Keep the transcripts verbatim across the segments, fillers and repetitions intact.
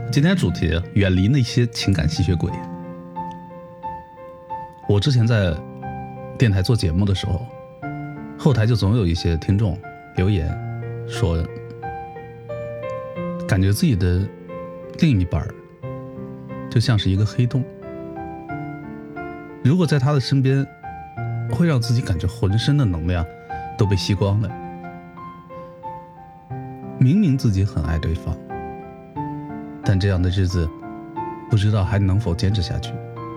今天主题远离那些情感吸血鬼。我之前在电台做节目的时候，后台就总有一些听众留言说，感觉自己的另一半就像是一个黑洞，如果在他的身边，会让自己感觉浑身的能量都被吸光了。明明自己很爱对方，但这样的日子不知道还能否坚持下去。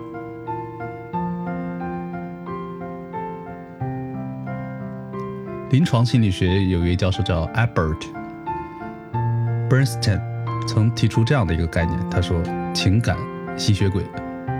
临床心理学有一位教授叫 Albert Bernstein 曾提出这样的一个概念，他说情感吸血鬼。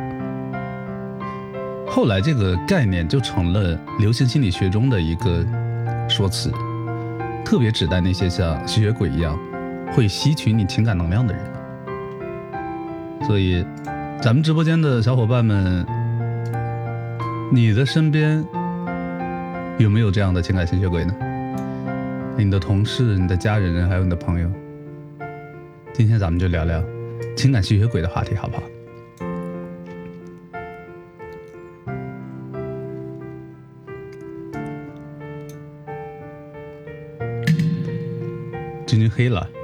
后来这个概念就成了流行心理学中的一个说辞，特别指代那些像吸血鬼一样会吸取你情感能量的人。所以咱们直播间的小伙伴们，你的身边有没有这样的情感吸血鬼呢？你的同事、你的家人还有你的朋友，今天咱们就聊聊情感吸血鬼的话题好不好？君君黑了，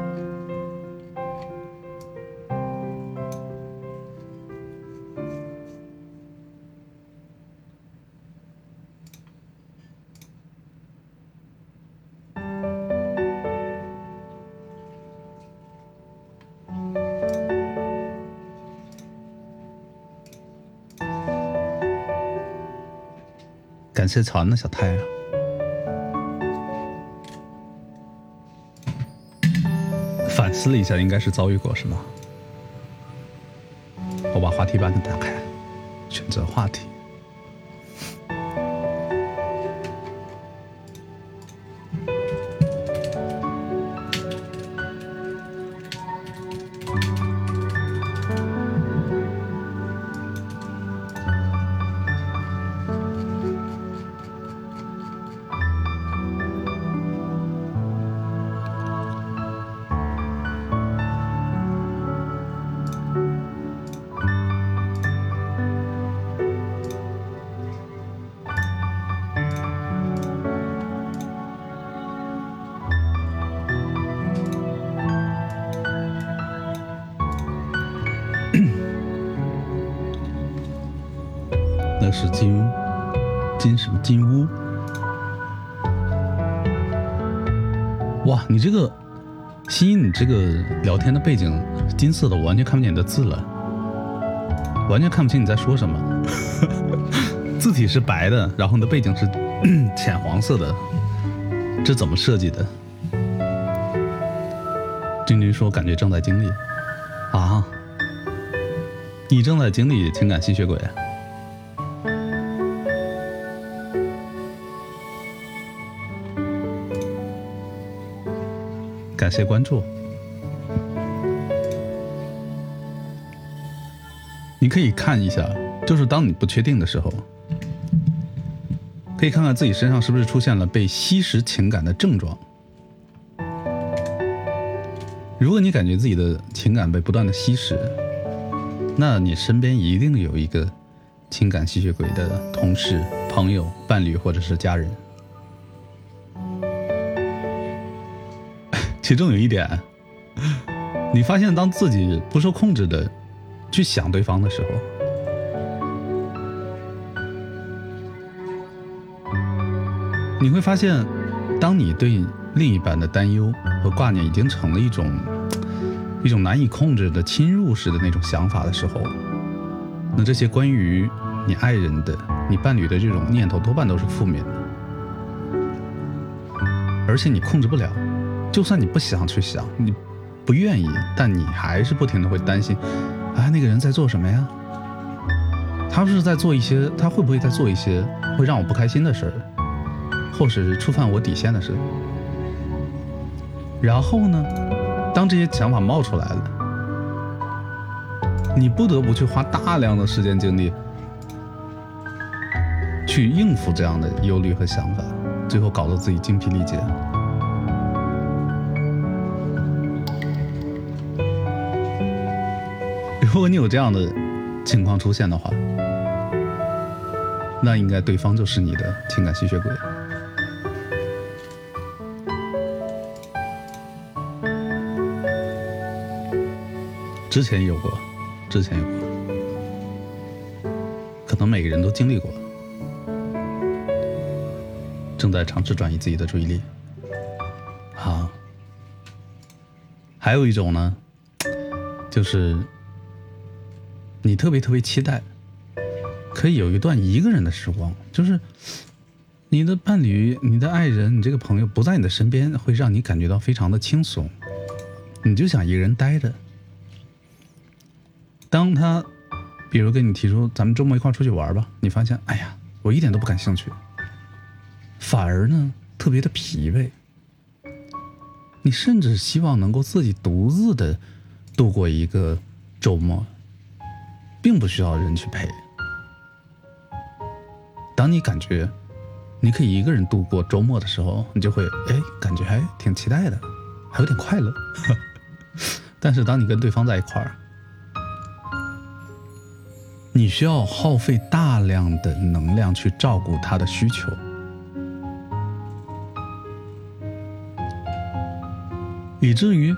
感谢草原的小太阳。反思了一下，应该是遭遇过是吗？我把话题板打开，选择话题。那是金金什么金屋？哇，你这个欣欣，你这个聊天的背景金色的，我完全看不见你的字了，完全看不清你在说什么。字体是白的，然后你的背景是浅黄色的，这怎么设计的？君君说感觉正在经历啊，你正在经历情感吸血鬼。感谢关注。你可以看一下，就是当你不确定的时候，可以看看自己身上是不是出现了被吸食情感的症状。如果你感觉自己的情感被不断的吸食，那你身边一定有一个情感吸血鬼的同事、朋友、伴侣或者是家人。其中有一点，你发现当自己不受控制的去想对方的时候，你会发现，当你对另一半的担忧和挂念已经成了一种一种难以控制的侵入式的那种想法的时候，那这些关于你爱人的、你伴侣的这种念头多半都是负面的，而且你控制不了。就算你不想去想，你不愿意，但你还是不停的会担心，哎，那个人在做什么呀？他是在做一些，他会不会在做一些会让我不开心的事儿，或者是触犯我底线的事？然后呢，当这些想法冒出来了，你不得不去花大量的时间精力去应付这样的忧虑和想法，最后搞得自己精疲力竭。 如果你有这样的情况出现的话，那应该对方就是你的情感吸血鬼。之前有过，之前有过，可能每个人都经历过，正在尝试转移自己的注意力。好，还有一种呢，就是你特别特别期待可以有一段一个人的时光，就是你的伴侣、你的爱人、你这个朋友不在你的身边，会让你感觉到非常的轻松，你就想一个人待着。当他比如跟你提出咱们周末一块出去玩吧，你发现哎呀我一点都不感兴趣，反而呢特别的疲惫，你甚至希望能够自己独自的度过一个周末，并不需要人去陪。当你感觉你可以一个人度过周末的时候，你就会哎感觉还挺期待的，还有点快乐。但是当你跟对方在一块儿，你需要耗费大量的能量去照顾他的需求，以至于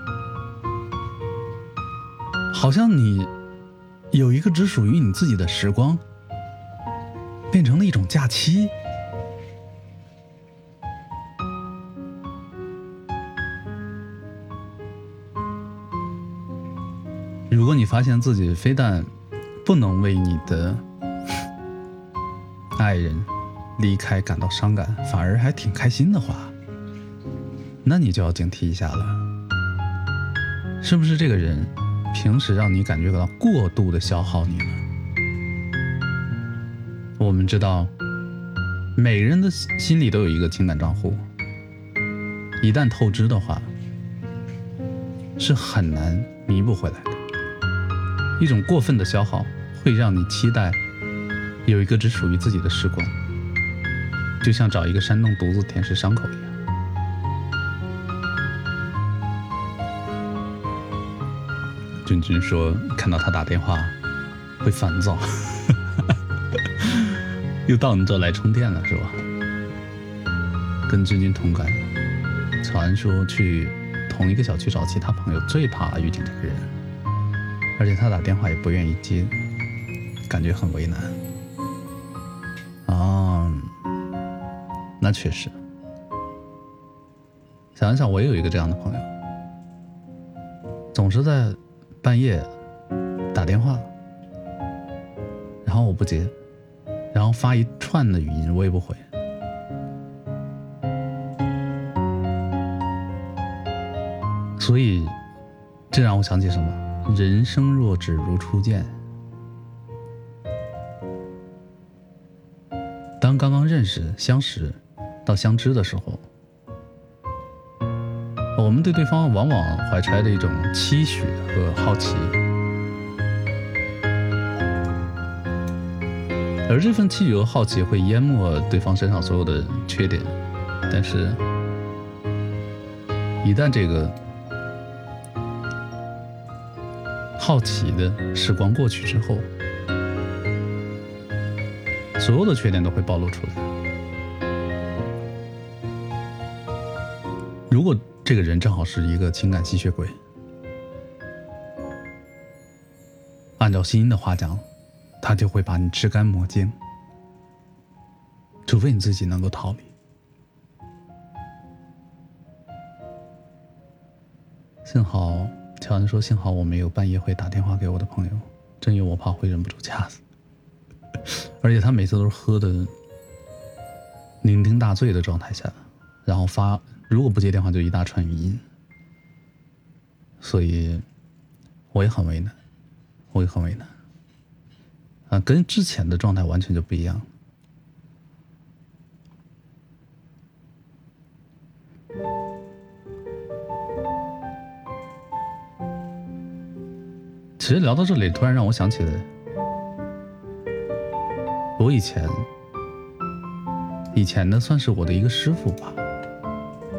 好像你有一个只属于你自己的时光，变成了一种假期。如果你发现自己非但不能为你的爱人离开感到伤感，反而还挺开心的话，那你就要警惕一下了，是不是这个人平时让你感觉到过度的消耗你了？我们知道每个人的心里都有一个情感账户，一旦透支的话是很难弥补回来的。一种过分的消耗会让你期待有一个只属于自己的时光，就像找一个山洞独自舔舐伤口一样。君君说看到他打电话会烦躁。又到你这来充电了是吧？跟君君同感。乔安说去同一个小区找其他朋友最怕遇见这个人，而且他打电话也不愿意接，感觉很为难。啊，那确实。想一想，我也有一个这样的朋友，总是在半夜打电话，然后我不接，然后发一串的语音我也不回。所以这让我想起什么？人生若只如初见。当刚刚认识、相识到相知的时候，我们对对方往往怀揣着一种期许和好奇，而这份期许和好奇会淹没对方身上所有的缺点。但是一旦这个好奇的时光过去之后，所有的缺点都会暴露出来。如果这个人正好是一个情感吸血鬼，按照新的话讲，他就会把你吃干抹净，除非你自己能够逃离。幸好乔安说，幸好我没有半夜会打电话给我的朋友，真有我怕会忍不住掐死。而且他每次都是喝的酩酊大醉的状态下，然后发，如果不接电话就一大串语音，所以我也很为难，我也很为难啊，跟之前的状态完全就不一样。其实聊到这里，突然让我想起了我以前以前呢算是我的一个师傅吧，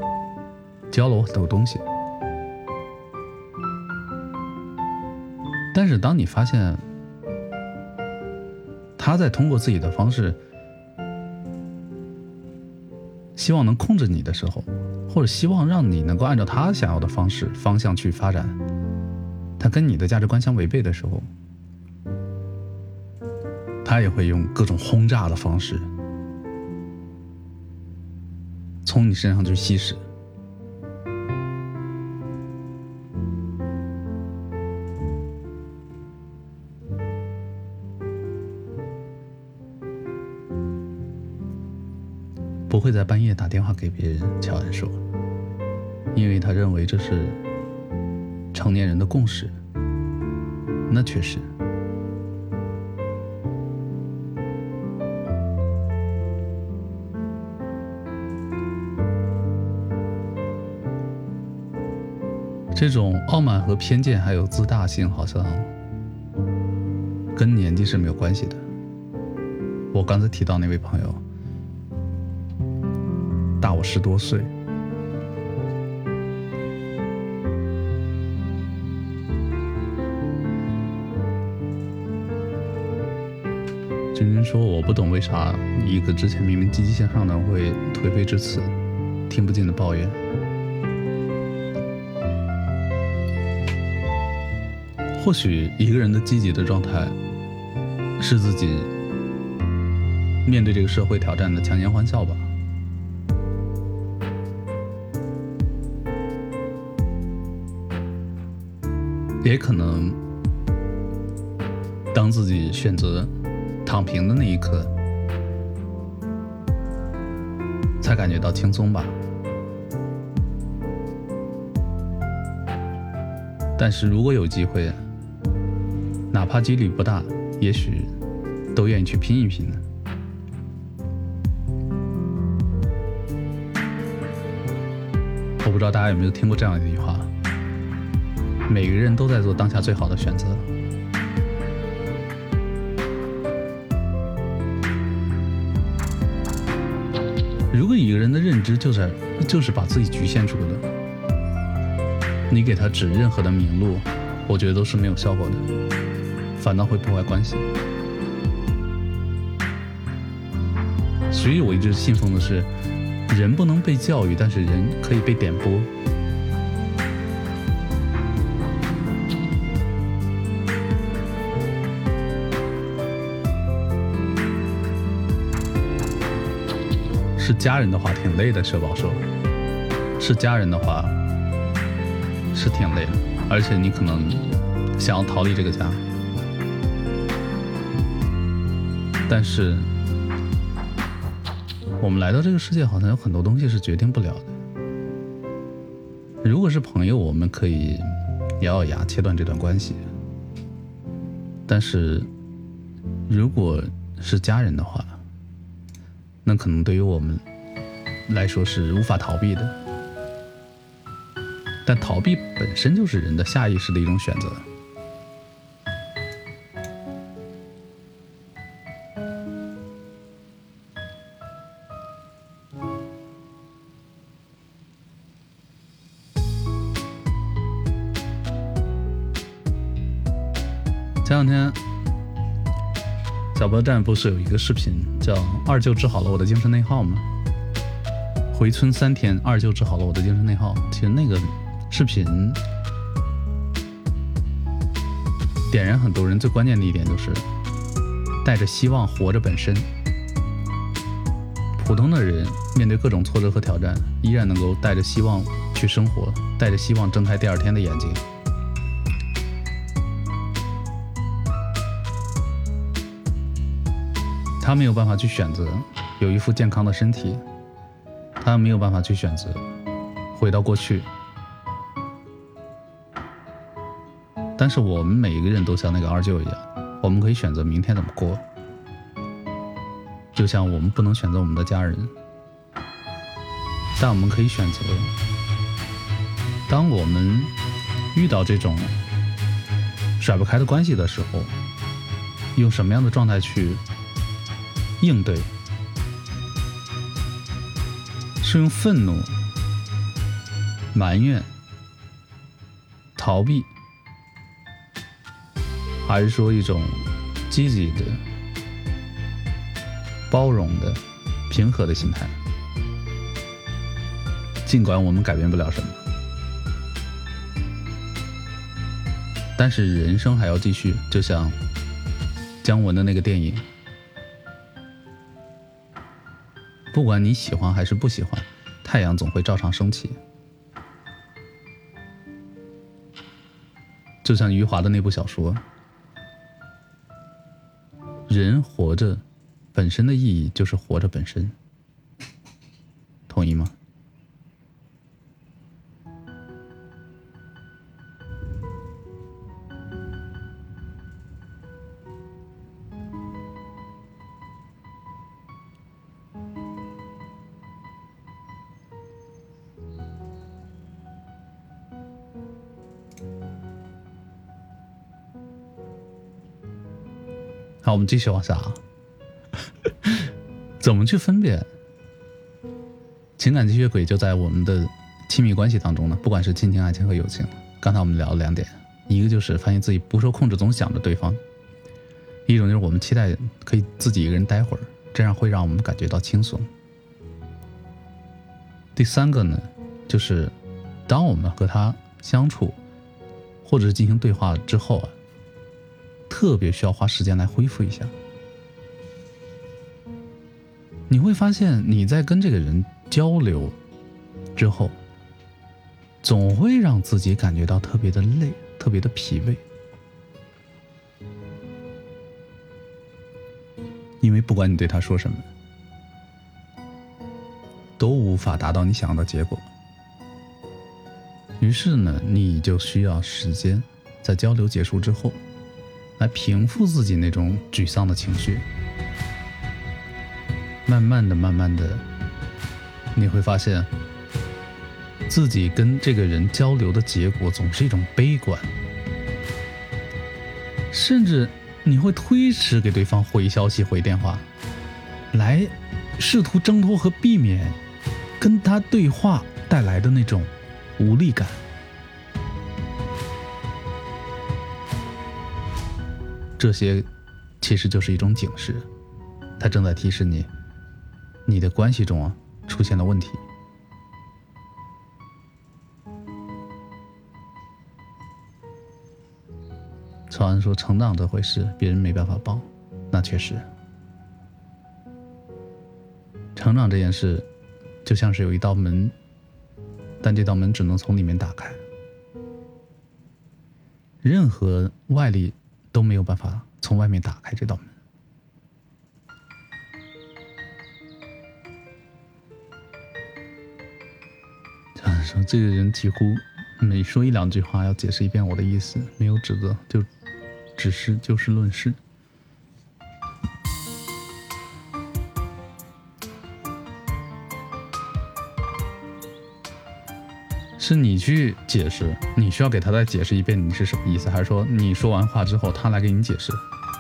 教了我很多东西。 但是当你发现他在通过自己的方式希望能控制你的时候，或者希望让你能够按照他想要的方式方向去发展，他跟你的价值观相违背的时候，他也会用各种轰炸的方式从你身上去吸食。不会在半夜打电话给别人，乔恩说，因为他认为这是成年人的共识。那确实，这种傲慢和偏见还有自大性好像跟年纪是没有关系的。我刚才提到那位朋友大我十多岁，君君说我不懂为啥一个之前明明积极向上的人会颓废至此，听不尽的抱怨。或许一个人的积极的状态是自己面对这个社会挑战的强颜欢笑吧。也可能当自己选择躺平的那一刻才感觉到轻松吧。但是如果有机会，哪怕几率不大，也许都愿意去拼一拼呢。我不知道大家有没有听过这样一句话，每个人都在做当下最好的选择。如果一个人的认知就是就是把自己局限住了，你给他指任何的明路，我觉得都是没有效果的，反倒会破坏关系。所以我一直信奉的是，人不能被教育，但是人可以被点拨。是家人的话挺累的，社宝说，是家人的话是挺累的，而且你可能想要逃离这个家，但是我们来到这个世界好像有很多东西是决定不了的。如果是朋友，我们可以咬咬牙切断这段关系，但是如果是家人的话，那可能对于我们来说是无法逃避的。但逃避本身就是人的下意识的一种选择。前两天小波站不是有一个视频叫二舅治好了我的精神内耗吗？回村三天，二舅治好了我的精神内耗。其实那个视频点燃很多人最关键的一点就是带着希望活着本身。普通的人面对各种挫折和挑战，依然能够带着希望去生活，带着希望睁开第二天的眼睛。他没有办法去选择有一副健康的身体，他没有办法去选择回到过去，但是我们每一个人都像那个二舅一样，我们可以选择明天怎么过。就像我们不能选择我们的家人，但我们可以选择当我们遇到这种甩不开的关系的时候，用什么样的状态去应对。是用愤怒、埋怨、逃避， 还是说一种积极的、包容的、平和的心态？尽管我们改变不了什么，但是人生还要继续，就像姜文的那个电影，不管你喜欢还是不喜欢，太阳总会照常升起。就像余华的那部小说，人活着本身的意义就是活着本身，同意吗？好，我们继续往下啊。怎么去分辨情感吸血鬼就在我们的亲密关系当中呢？不管是亲情、爱情和友情，刚才我们聊了两点，一个就是发现自己不受控制，总想着对方；一种就是我们期待可以自己一个人待会儿，这样会让我们感觉到轻松。第三个呢，就是当我们和他相处或者是进行对话之后啊，特别需要花时间来恢复一下。你会发现你在跟这个人交流之后，总会让自己感觉到特别的累，特别的疲惫，因为不管你对他说什么，都无法达到你想要的结果。于是呢，你就需要时间，在交流结束之后来平复自己那种沮丧的情绪。慢慢的慢慢的你会发现自己跟这个人交流的结果总是一种悲观，甚至你会推迟给对方回消息回电话，来试图挣脱和避免跟他对话带来的那种无力感。这些其实就是一种警示，它正在提示你，你的关系中啊出现了问题。曹安说，成长这回事别人没办法帮，那确实，成长这件事就像是有一道门，但这道门只能从里面打开，任何外力都没有办法从外面打开这道门。说这个人几乎每说一两句话要解释一遍我的意思，没有指责，就只是就事论事。是你去解释，你需要给他再解释一遍你是什么意思，还是说你说完话之后他来给你解释？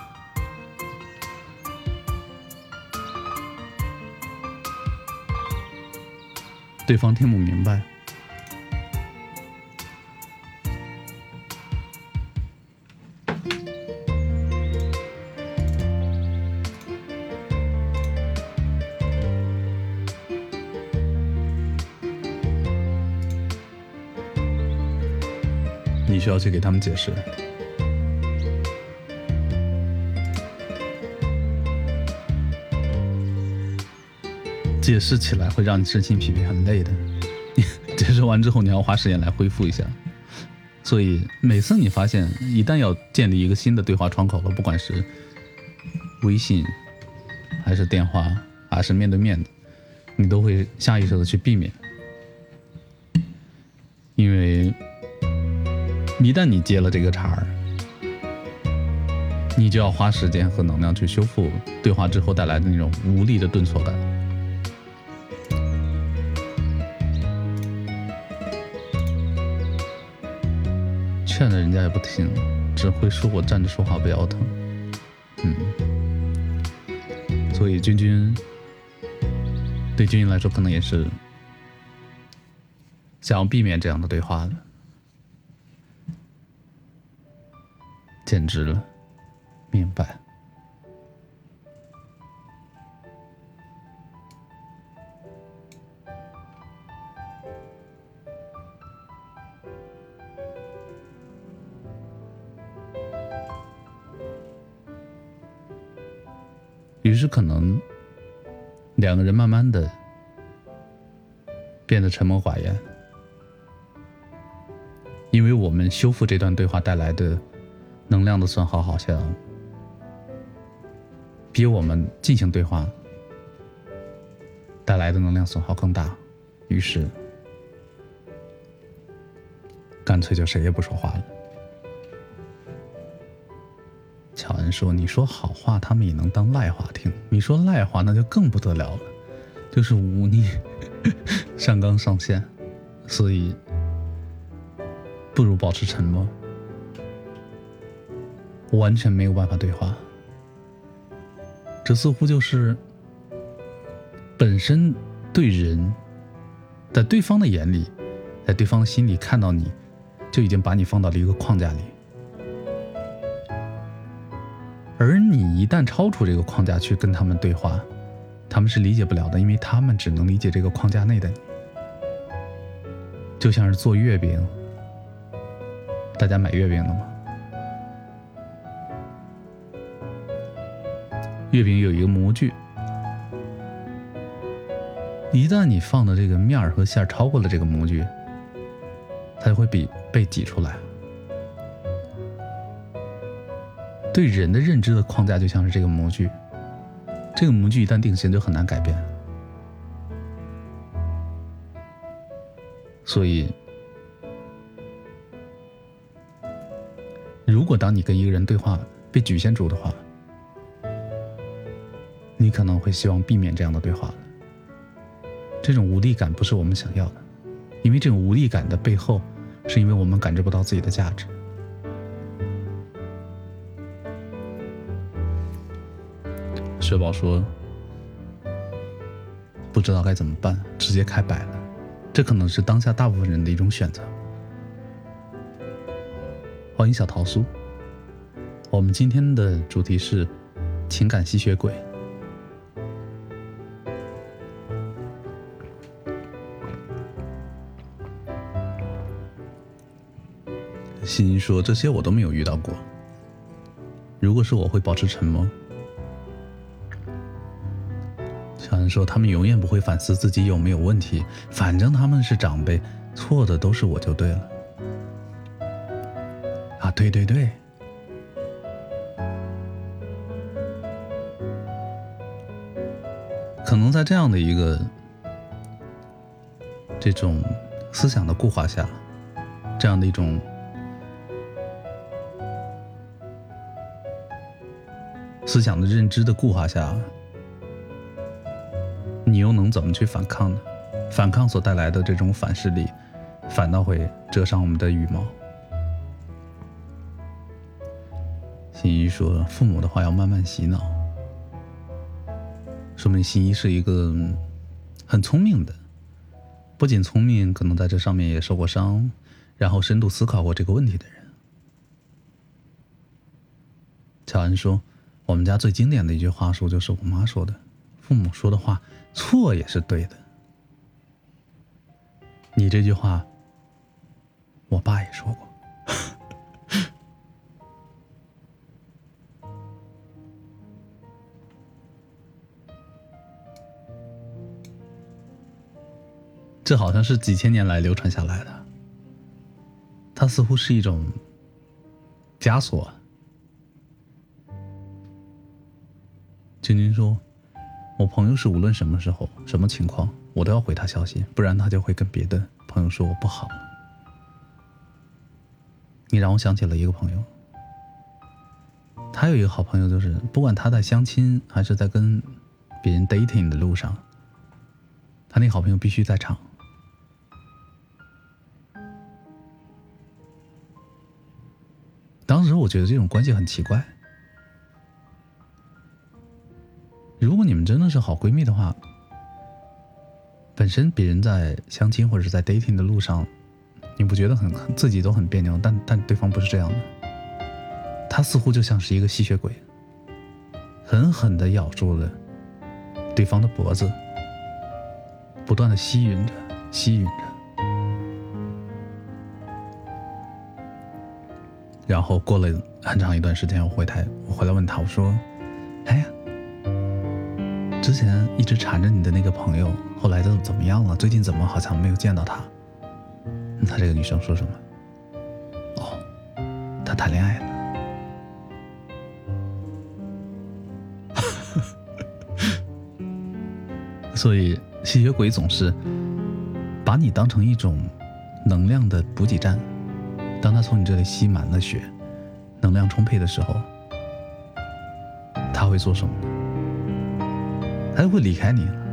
对方听不明白，你需要去给他们解释。解释起来会让你身心疲惫，很累的。解释完之后，你还要花时间来恢复一下。所以每次你发现一旦要建立一个新的对话窗口了，不管是微信还是电话还是面对面的，你都会下意识的去避免，因为一旦你接了这个茬儿，你就要花时间和能量去修复对话之后带来的那种无力的顿挫感。劝了人家也不听，只会说我站着说话不腰疼。嗯，所以君君对君君来说可能也是想要避免这样的对话的，简直了。 明白。于是可能两个人慢慢的变得沉默寡言，因为我们修复这段对话带来的能量的损耗好像比我们进行对话带来的能量损耗更大，于是干脆就谁也不说话了。乔恩说，你说好话他们也能当赖话听，你说赖话那就更不得了了，就是忤逆上纲上线，所以不如保持沉默，完全没有办法对话。这似乎就是本身对人在对方的眼里，在对方的心里看到你，就已经把你放到了一个框架里，而你一旦超出这个框架去跟他们对话，他们是理解不了的，因为他们只能理解这个框架内的你。就像是做月饼，大家买月饼了吗？月饼有一个模具，一旦你放的这个面和馅超过了这个模具，它就会被被挤出来。对人的认知的框架就像是这个模具，这个模具一旦定型就很难改变。所以如果当你跟一个人对话被局限住的话，你可能会希望避免这样的对话了。这种无力感不是我们想要的，因为这种无力感的背后是因为我们感知不到自己的价值。雪宝说不知道该怎么办，直接开摆了，这可能是当下大部分人的一种选择。欢迎小桃酥，我们今天的主题是情感吸血鬼。欣欣说这些我都没有遇到过，如果是我会保持沉默。小人说他们永远不会反思自己有没有问题，反正他们是长辈，错的都是我就对了。啊，对对对，可能在这样的一个这种思想的固化下，这样的一种思想的认知的固化下，你又能怎么去反抗呢？反抗所带来的这种反噬力，反倒会遮上我们的羽毛。新一说父母的话要慢慢洗脑，说明新一是一个很聪明的，不仅聪明，可能在这上面也受过伤，然后深度思考过这个问题的人。乔安说我们家最经典的一句话术就是我妈说的，父母说的话错也是对的。你这句话我爸也说过。这好像是几千年来流传下来的，它似乎是一种枷锁。晶晶说我朋友是无论什么时候什么情况我都要回他消息，不然他就会跟别的朋友说我不好。你让我想起了一个朋友，他有一个好朋友，就是不管他在相亲还是在跟别人 dating 的路上，他那个好朋友必须在场。当时我觉得这种关系很奇怪，如果你们真的是好闺蜜的话，本身别人在相亲或者是在 dating 的路上，你不觉得很自己都很别扭，但但对方不是这样的， 他似乎就像是一个吸血鬼，狠狠地咬住了对方的脖子，不断地吸吮着吸吮着，然后过了很长一段时间，我回台我回来问他，我说哎呀，之前一直缠着你的那个朋友后来都怎么样了？最近怎么好像没有见到他？他这个女生说什么？哦，他谈恋爱了。所以吸血鬼总是把你当成一种能量的补给站，当他从你这里吸满了血，能量充沛的时候，他会做什么呢？他就会离开你了。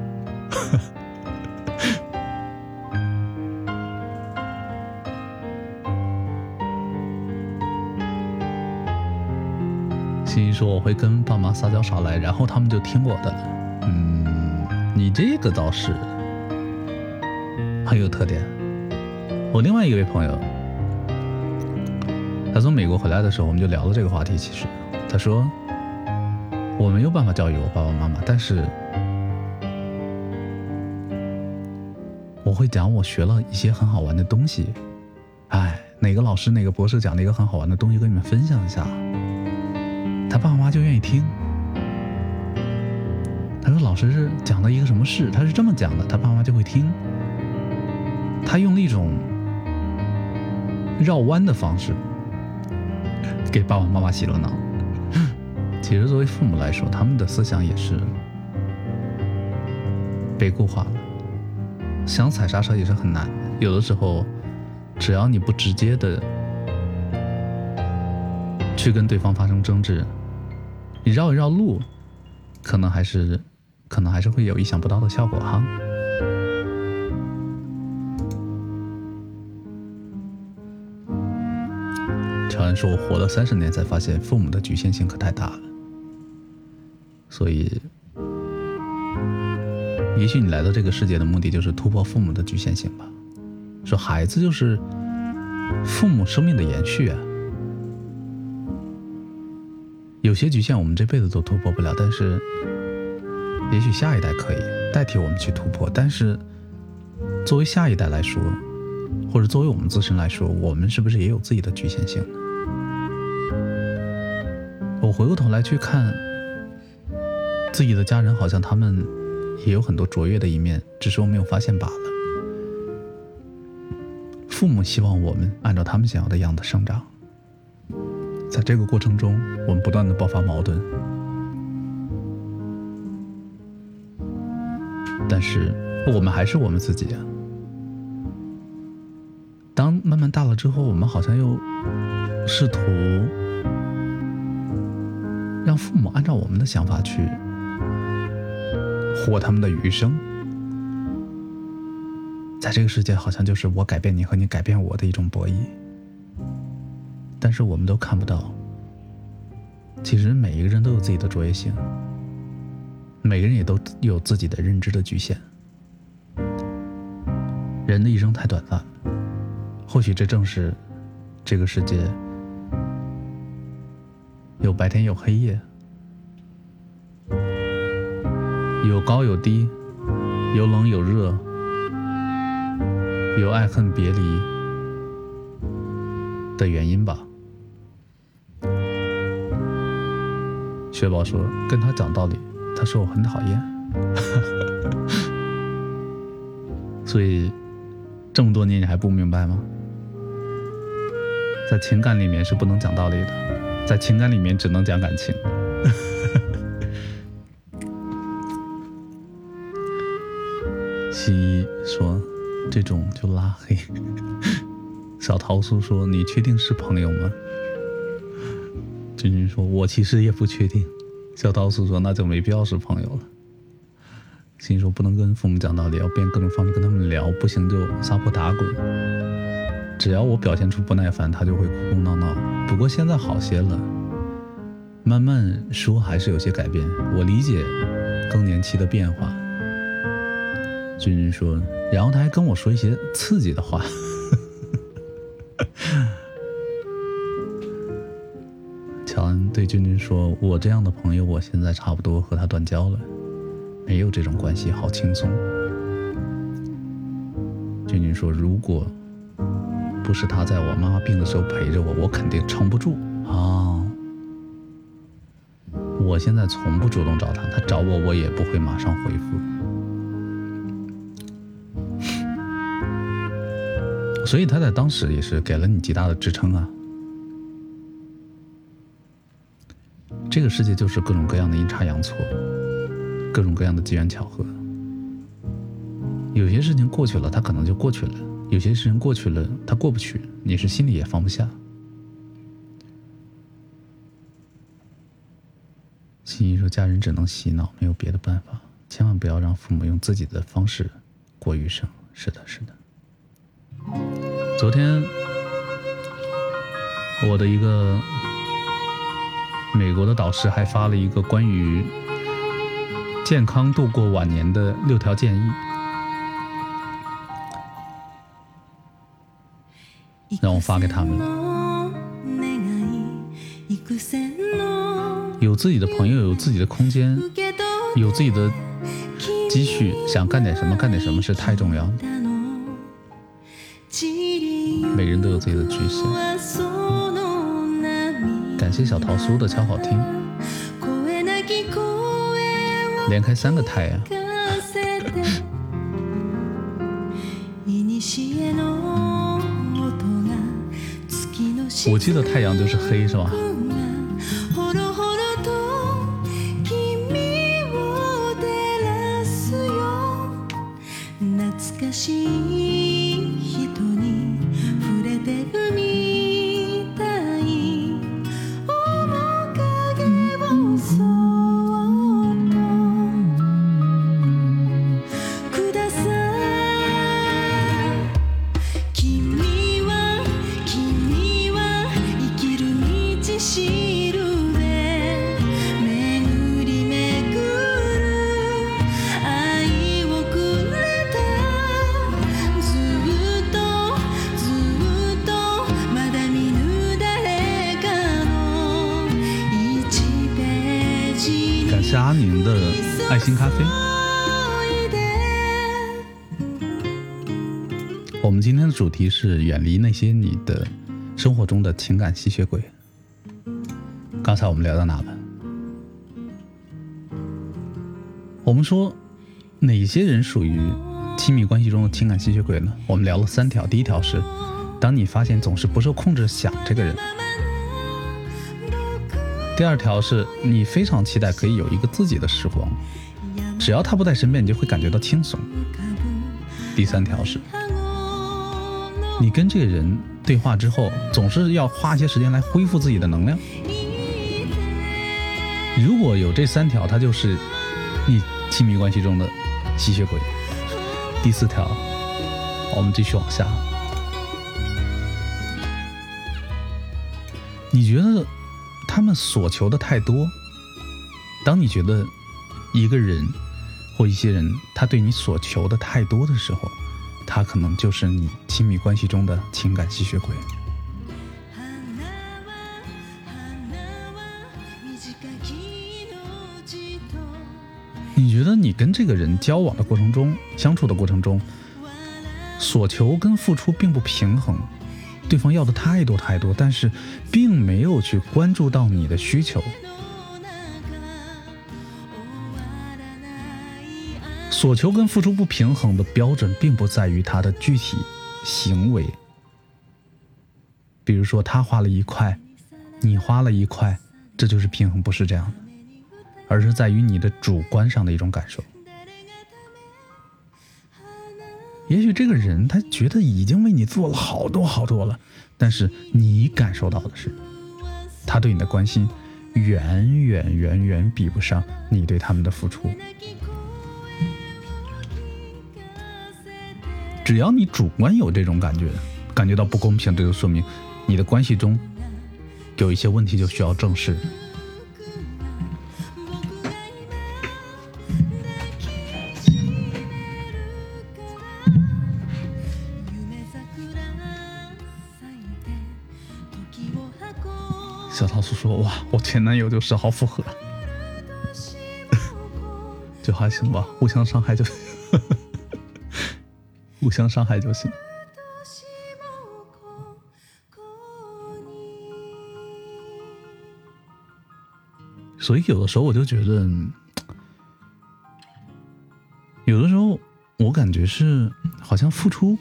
欣欣说我会跟爸妈撒娇耍赖，然后他们就听我的了。嗯，你这个倒是很有特点。我另外一位朋友，他从美国回来的时候，我们就聊了这个话题。其实他说我没有办法教育我爸爸妈妈，但是我会讲我学了一些很好玩的东西。哎，哪个老师哪个博士讲了一个很好玩的东西跟你们分享一下，他爸爸妈妈就愿意听。他说老师是讲了一个什么事，他是这么讲的，他爸爸妈妈就会听。他用了一种绕弯的方式给爸爸妈妈洗了脑。其实作为父母来说，他们的思想也是被固化了，想踩刹车也是很难的。有的时候只要你不直接的去跟对方发生争执，你绕一绕路，可能还是可能还是会有意想不到的效果哈。乔安说我活了三十年才发现父母的局限性可太大了，所以也许你来到这个世界的目的就是突破父母的局限性吧。说孩子就是父母生命的延续啊，有些局限我们这辈子都突破不了，但是也许下一代可以代替我们去突破。但是作为下一代来说，或者作为我们自身来说，我们是不是也有自己的局限性呢？我回过头来去看自己的家人，好像他们也有很多卓越的一面，只是我没有发现罢了。父母希望我们按照他们想要的样子生长，在这个过程中我们不断的爆发矛盾，但是我们还是我们自己啊。当慢慢大了之后，我们好像又试图让父母按照我们的想法去活他们的余生，在这个世界好像就是我改变你和你改变我的一种博弈。但是我们都看不到，其实每一个人都有自己的卓越性，每个人也都有自己的认知的局限。人的一生太短暂了，或许这正是这个世界有白天有黑夜，有高有低，有冷有热，有爱恨别离的原因吧。雪宝说跟他讲道理，他说我很讨厌。所以这么多年你还不明白吗？在情感里面是不能讲道理的，在情感里面只能讲感情。西医说这种就拉黑。小桃酥说你确定是朋友吗？君君说我其实也不确定。小桃酥说那就没必要是朋友了。心说不能跟父母讲道理，要变各种方式跟他们聊，不行就撒泼打滚。只要我表现出不耐烦，他就会哭哭闹闹。不过现在好些了，慢慢说还是有些改变。我理解更年期的变化。君君说，然后他还跟我说一些刺激的话。 乔恩对君君说，我这样的朋友我现在差不多和他断交了，没有这种关系好轻松。君君说，如果不是他在我妈妈病的时候陪着我，我肯定撑不住啊。我现在从不主动找他，他找我我也不会马上回复。所以他在当时也是给了你极大的支撑啊。这个世界就是各种各样的阴差阳错，各种各样的机缘巧合。有些事情过去了，它可能就过去了；有些事情过去了，它过不去，你是心里也放不下。心怡说，家人只能洗脑，没有别的办法，千万不要让父母用自己的方式过余生。是的，是的。昨天我的一个美国的导师还发了一个关于健康度过晚年的六条建议，让我发给他们。有自己的朋友，有自己的空间，有自己的积蓄，想干点什么干点什么是太重要了。每人都有自己的局限。感谢小桃酥的超好听，连开三个太阳。我记得太阳就是黑，是吧？阿宁的爱心咖啡。我们今天的主题是远离那些你的生活中的情感吸血鬼。刚才我们聊到哪了？我们说哪些人属于亲密关系中的情感吸血鬼呢？我们聊了三条。第一条是，当你发现总是不受控制想这个人。第二条是你非常期待可以有一个自己的时光，只要他不在身边，你就会感觉到轻松。第三条是，你跟这个人对话之后，总是要花一些时间来恢复自己的能量。如果有这三条，它就是你亲密关系中的吸血鬼。第四条，我们继续往下。你觉得他们所求的太多？当你觉得一个人或一些人他对你所求的太多的时候，他可能就是你亲密关系中的情感吸血鬼。你觉得你跟这个人交往的过程中，相处的过程中，所求跟付出并不平衡，对方要的太多太多，但是并没有去关注到你的需求。所求跟付出不平衡的标准并不在于他的具体行为，比如说他花了一块，你花了一块，这就是平衡，不是这样的，而是在于你的主观上的一种感受。也许这个人他觉得已经为你做了好多好多了，但是你感受到的是，他对你的关心远远远远比不上你对他们的付出。只要你主观有这种感觉，感觉到不公平，这就说明你的关系中有一些问题，就需要正视。小桃酥诉说，哇，我前男友就是好复合，就还行吧，互相伤害就互相伤害就行。所以有的时候我就觉得，有的时候我感觉是好像付出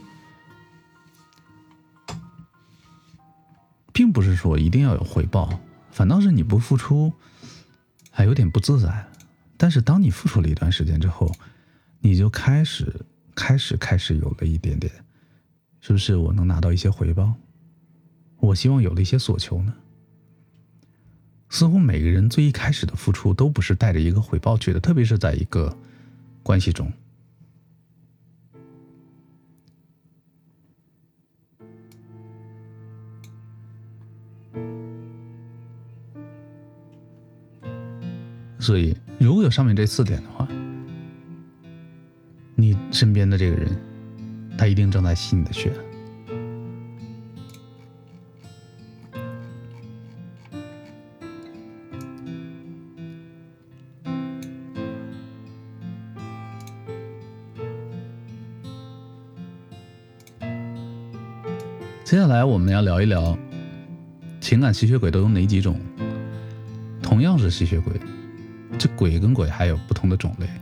并不是说一定要有回报，反倒是你不付出还有点不自在。但是当你付出了一段时间之后，你就开始开始开始有了一点点，是不是我能拿到一些回报，我希望有了一些所求呢？似乎每个人最一开始的付出都不是带着一个回报去的，特别是在一个关系中。所以如果有上面这四点的话，你身边的这个人他一定正在吸你的血。接下来我们要聊一聊情感吸血鬼都有哪几种。同样是吸血鬼，这鬼跟鬼还有不同的种类。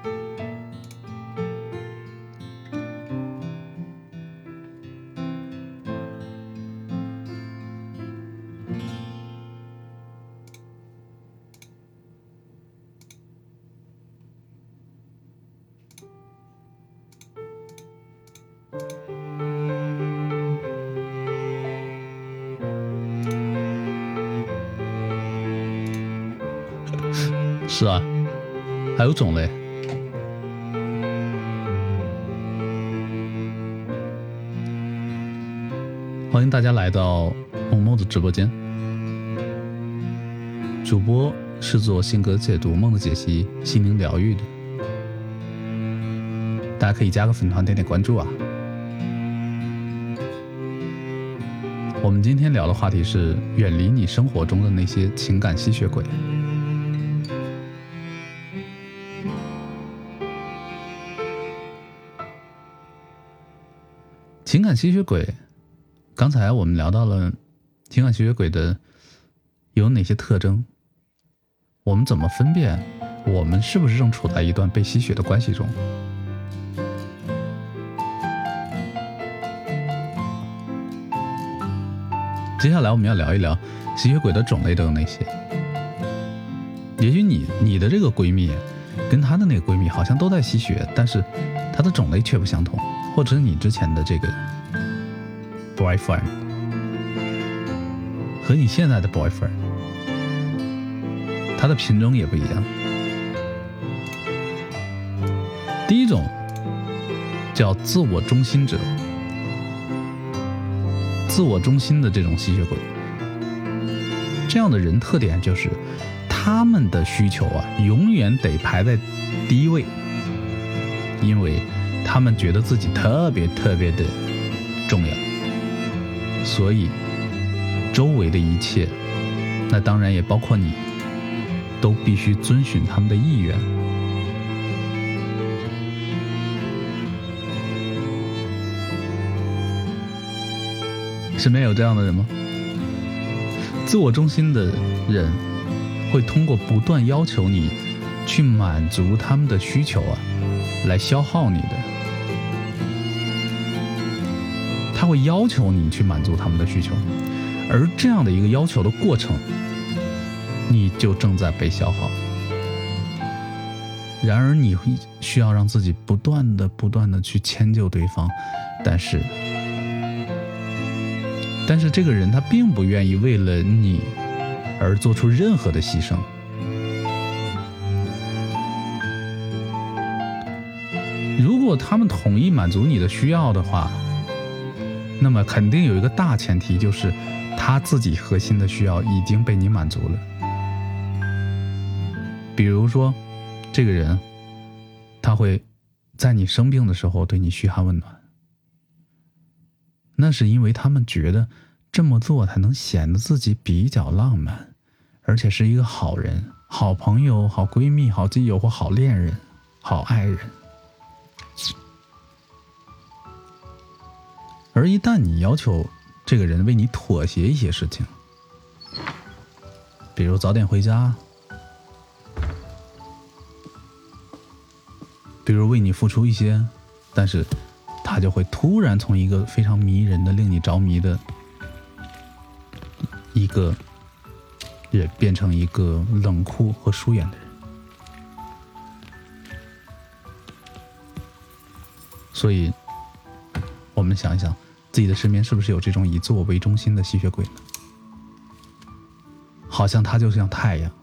是啊，还有种类。欢迎大家来到萌萌的直播间，主播是做性格解读、梦的解析、心灵疗愈的，大家可以加个粉团，点点关注啊。我们今天聊的话题是远离你生活中的那些情感吸血鬼。情感吸血鬼，刚才我们聊到了情感吸血鬼的有哪些特征，我们怎么分辨我们是不是正处在一段被吸血的关系中。接下来我们要聊一聊吸血鬼的种类都有哪些。也许你你的这个闺蜜跟她的那个闺蜜好像都在吸血，但是她的种类却不相同，或者是你之前的这个 boyfriend 和你现在的 boyfriend 它的品种也不一样。第一种叫自我中心者，自我中心的这种吸血鬼，这样的人特点就是他们的需求啊永远得排在第一位，因为他们觉得自己特别特别的重要，所以周围的一切，那当然也包括你，都必须遵循他们的意愿。身边有这样的人吗？自我中心的人会通过不断要求你去满足他们的需求啊，来消耗你的。他会要求你去满足他们的需求，而这样的一个要求的过程，你就正在被消耗。然而你会需要让自己不断的不断的去迁就对方，但是但是这个人他并不愿意为了你而做出任何的牺牲。如果他们同意满足你的需要的话，那么肯定有一个大前提，就是他自己核心的需要已经被你满足了。比如说这个人他会在你生病的时候对你嘘寒问暖，那是因为他们觉得这么做才能显得自己比较浪漫， 而且是一个好人、好朋友、好闺蜜、好基友或好恋人、好爱人。而一旦你要求这个人为你妥协一些事情，比如早点回家，比如为你付出一些，但是他就会突然从一个非常迷人的令你着迷的一个人变成一个冷酷和疏远的人。所以我们想一想，自己的身边是不是有这种以自我为中心的吸血鬼呢？好像他就像太阳，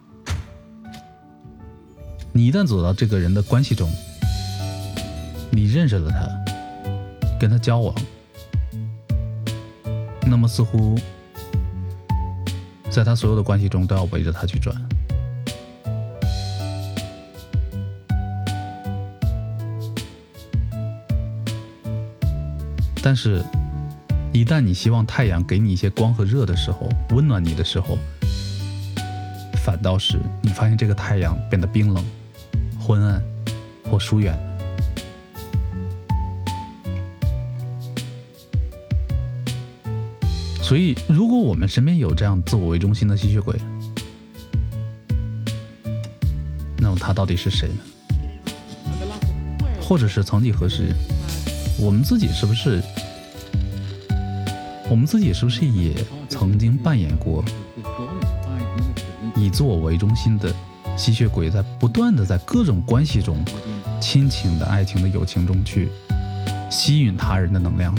你一旦走到这个人的关系中，你认识了他，跟他交往，那么似乎在他所有的关系中都要围着他去转。但是一旦你希望太阳给你一些光和热的时候，温暖你的时候，反倒是你发现这个太阳变得冰冷、昏暗或疏远。所以如果我们身边有这样自我为中心的吸血鬼，那么他到底是谁呢？或者是曾几何时，我们自己是不是我们自己是不是也曾经扮演过以自我为中心的吸血鬼，在不断的在各种关系中，亲情的、爱情的、友情中去吸引他人的能量？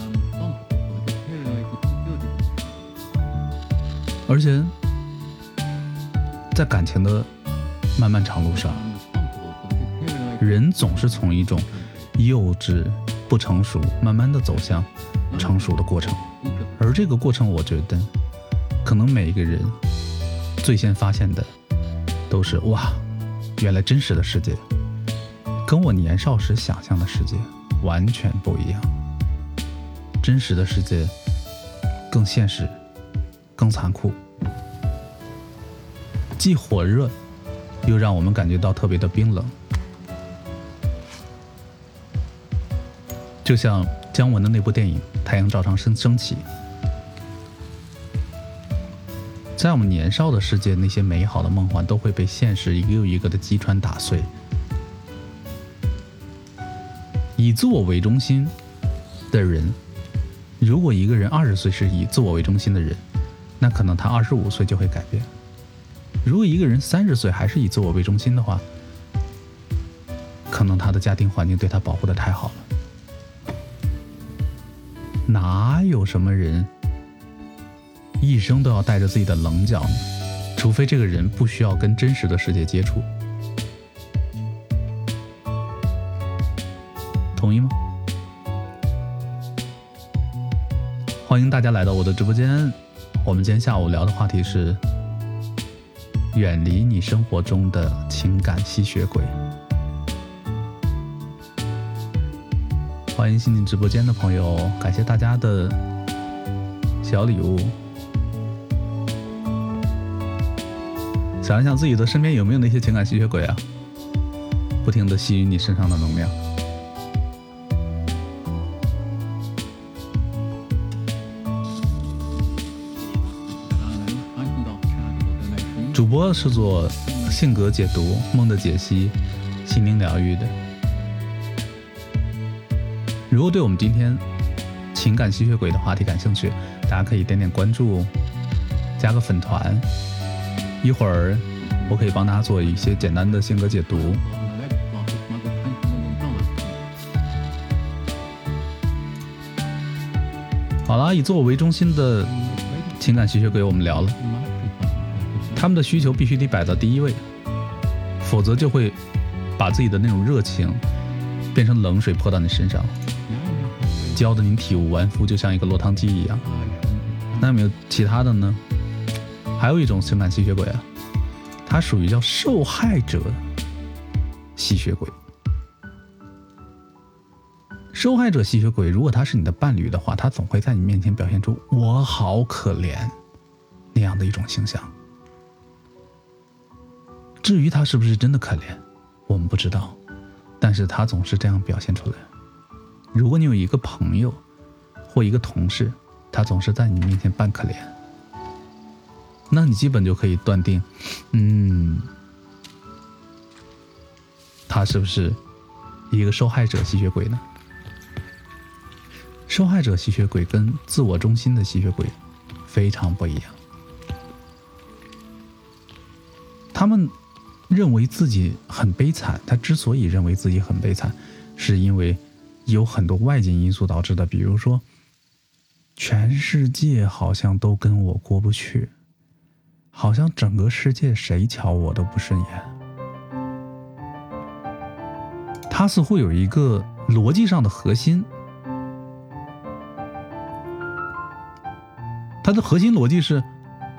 而且在感情的漫漫长路上，人总是从一种幼稚不成熟慢慢的走向成熟的过程。而这个过程，我觉得可能每一个人最先发现的都是，哇，原来真实的世界跟我年少时想象的世界完全不一样。真实的世界更现实，更残酷，既火热又让我们感觉到特别的冰冷。就像姜文的那部电影《太阳照常升升起》，在我们年少的世界，那些美好的梦幻都会被现实一个又一个的击穿打碎。以自我为中心的人，如果一个人二十岁是以自我为中心的人，那可能他二十五岁就会改变。如果一个人三十岁还是以自我为中心的话，可能他的家庭环境对他保护得太好了。哪有什么人一生都要带着自己的棱角呢？除非这个人不需要跟真实的世界接触。同意吗？欢迎大家来到我的直播间。我们今天下午聊的话题是远离你生活中的情感吸血鬼。欢迎新进直播间的朋友，感谢大家的小礼物。想一想自己的身边有没有那些情感吸血鬼啊，不停地吸引你身上的能量。主播是做性格解读、梦的解析、心灵疗愈的。如果对我们今天情感吸血鬼的话题感兴趣，大家可以点点关注，加个粉团，一会儿我可以帮大家做一些简单的性格解读。好了，以自我为中心的情感吸血鬼我们聊了，他们的需求必须得摆到第一位，否则就会把自己的那种热情变成冷水泼到你身上，浇得你体无完肤，就像一个落汤鸡一样。那有没有其他的呢？还有一种情感吸血鬼啊，它属于叫受害者吸血鬼。受害者吸血鬼，如果他是你的伴侣的话，他总会在你面前表现出我好可怜那样的一种形象。 至于他是不是真的可怜，我们不知道，但是他总是这样表现出来。如果你有一个朋友或一个同事，他总是在你面前扮可怜，那你基本就可以断定，嗯，他是不是一个受害者吸血鬼呢？受害者吸血鬼跟自我中心的吸血鬼非常不一样，他们认为自己很悲惨，他之所以认为自己很悲惨，是因为有很多外界因素导致的，比如说全世界好像都跟我过不去，好像整个世界谁瞧我都不顺眼。他似乎有一个逻辑上的核心，他的核心逻辑是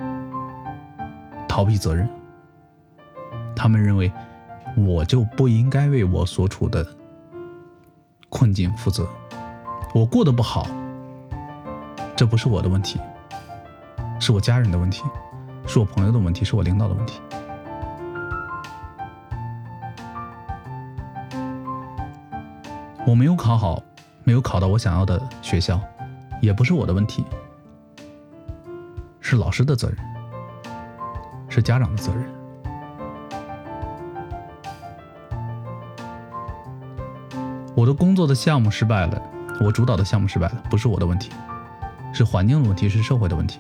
逃避责任。他们认为我就不应该为我所处的困境负责，我过得不好，这不是我的问题，是我家人的问题，是我朋友的问题，是我领导的问题。我没有考好，没有考到我想要的学校，也不是我的问题，是老师的责任，是家长的责任。我的工作的项目失败了，我主导的项目失败了，不是我的问题，是环境的问题，是社会的问题。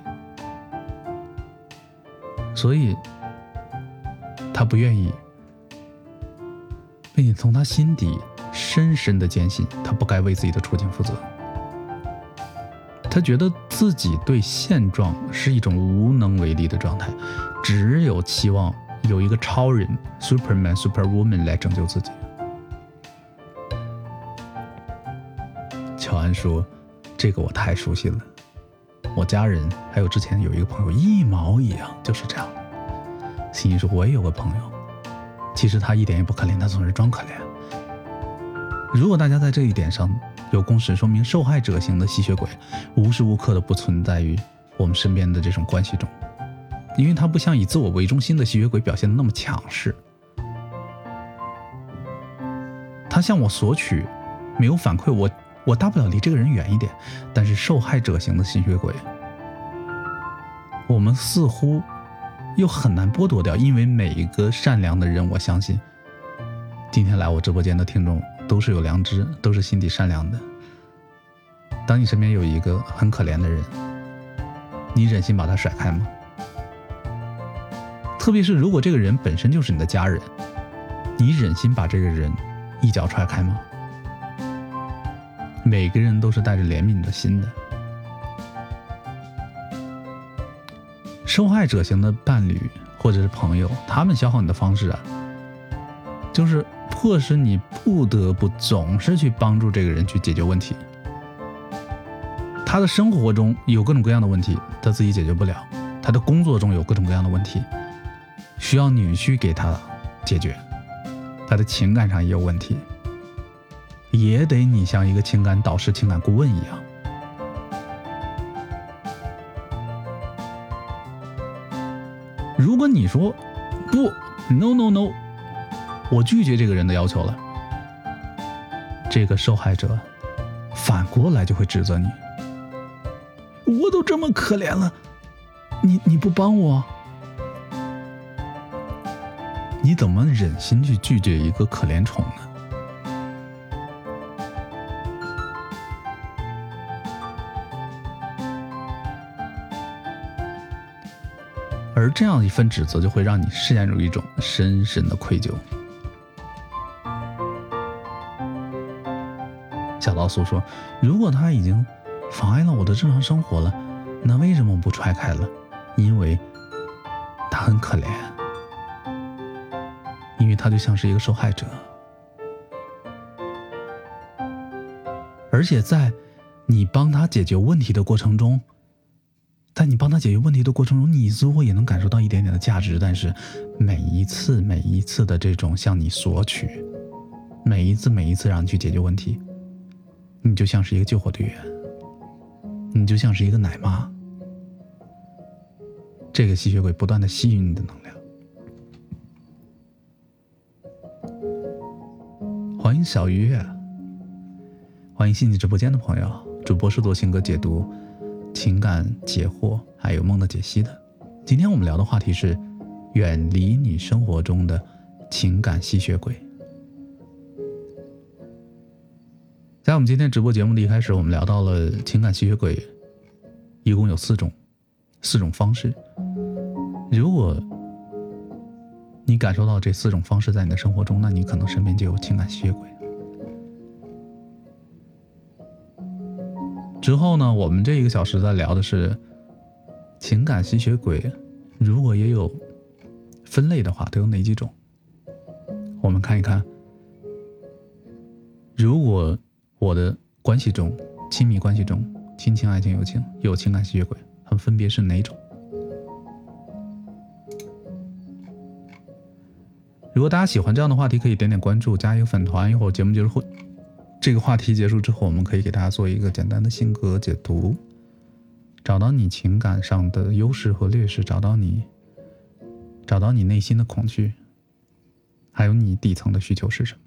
所以他不愿意，并且从他心底深深的坚信他不该为自己的处境负责。他觉得自己对现状是一种无能为力的状态，只有期望有一个超人 Superman Superwoman 来拯救自己。乔安说，这个我太熟悉了，我家人还有之前有一个朋友一毛一样，就是这样。心怡说，我也有个朋友，其实他一点也不可怜，他总是装可怜。如果大家在这一点上有共识，说明受害者型的吸血鬼无时无刻的不存在于我们身边的这种关系中，因为他不像以自我为中心的吸血鬼表现得那么强势，他向我索取没有反馈，我我大不了离这个人远一点。但是受害者型的吸血鬼，我们似乎又很难剥夺掉，因为每一个善良的人，我相信今天来我直播间的听众都是有良知，都是心底善良的。当你身边有一个很可怜的人，你忍心把他甩开吗？特别是如果这个人本身就是你的家人，你忍心把这个人一脚踹开吗？每个人都是带着怜悯的心的。受害者型的伴侣或者是朋友，他们消耗你的方式啊，就是迫使你不得不总是去帮助这个人去解决问题。他的生活中有各种各样的问题，他自己解决不了；他的工作中有各种各样的问题，需要你去给他解决；他的情感上也有问题，也得你像一个情感导师、情感顾问一样。如果你说不 no no no， 我拒绝这个人的要求了，这个受害者反过来就会指责你，我都这么可怜了，你你不帮我，你怎么忍心去拒绝一个可怜虫呢？而这样一份指责就会让你陷入一种深深的愧疚。小老鼠说，如果他已经妨碍了我的正常生活了，那为什么不踹开了？因为他很可怜，因为他就像是一个受害者。而且在你帮他解决问题的过程中，在你帮他解决问题的过程中，你似乎也能感受到一点点的价值，但是每一次每一次的这种向你索取，每一次每一次让你去解决问题，你就像是一个救火队员，你就像是一个奶妈。这个吸血鬼不断的吸引你的能量。 欢迎小月，欢迎新进直播间的朋友。主播是做性格解读、情感解惑还有梦的解析的。今天我们聊的话题是远离你生活中的情感吸血鬼。在我们今天直播节目的一开始，我们聊到了情感吸血鬼一共有四种四种方式。如果你感受到这四种方式在你的生活中，那你可能身边就有情感吸血鬼。之后呢，我们这一个小时在聊的是情感吸血鬼如果也有分类的话，都有哪几种。我们看一看，如果我的关系中，亲密关系中，亲情、爱情、友情有情感吸血鬼，它们分别是哪种？如果大家喜欢这样的话题，可以点点关注，加一个粉团。一会儿节目结束，这个话题结束之后，我们可以给大家做一个简单的性格解读，找到你情感上的优势和劣势，找到你找到你内心的恐惧，还有你底层的需求是什么。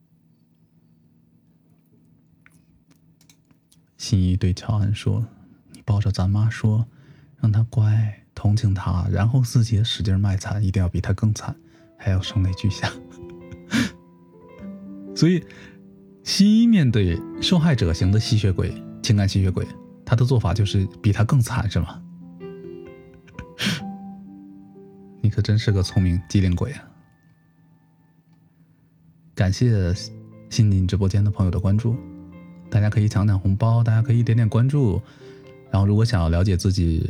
新一对乔安说，你抱着咱妈说让她乖，同情她，然后自己使劲卖惨，一定要比她更惨，还要声泪俱下。所以新一面对受害者型的吸血鬼，情感吸血鬼，他的做法就是比他更惨，是吗？你可真是个聪明机灵鬼啊。感谢新进直播间的朋友的关注，大家可以抢抢红包，大家可以点点关注。然后如果想要了解自己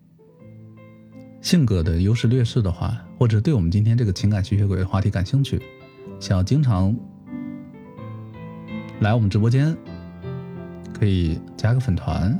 性格的优势劣势的话，或者对我们今天这个情感吸血鬼的话题感兴趣，想要经常来我们直播间，可以加个粉团。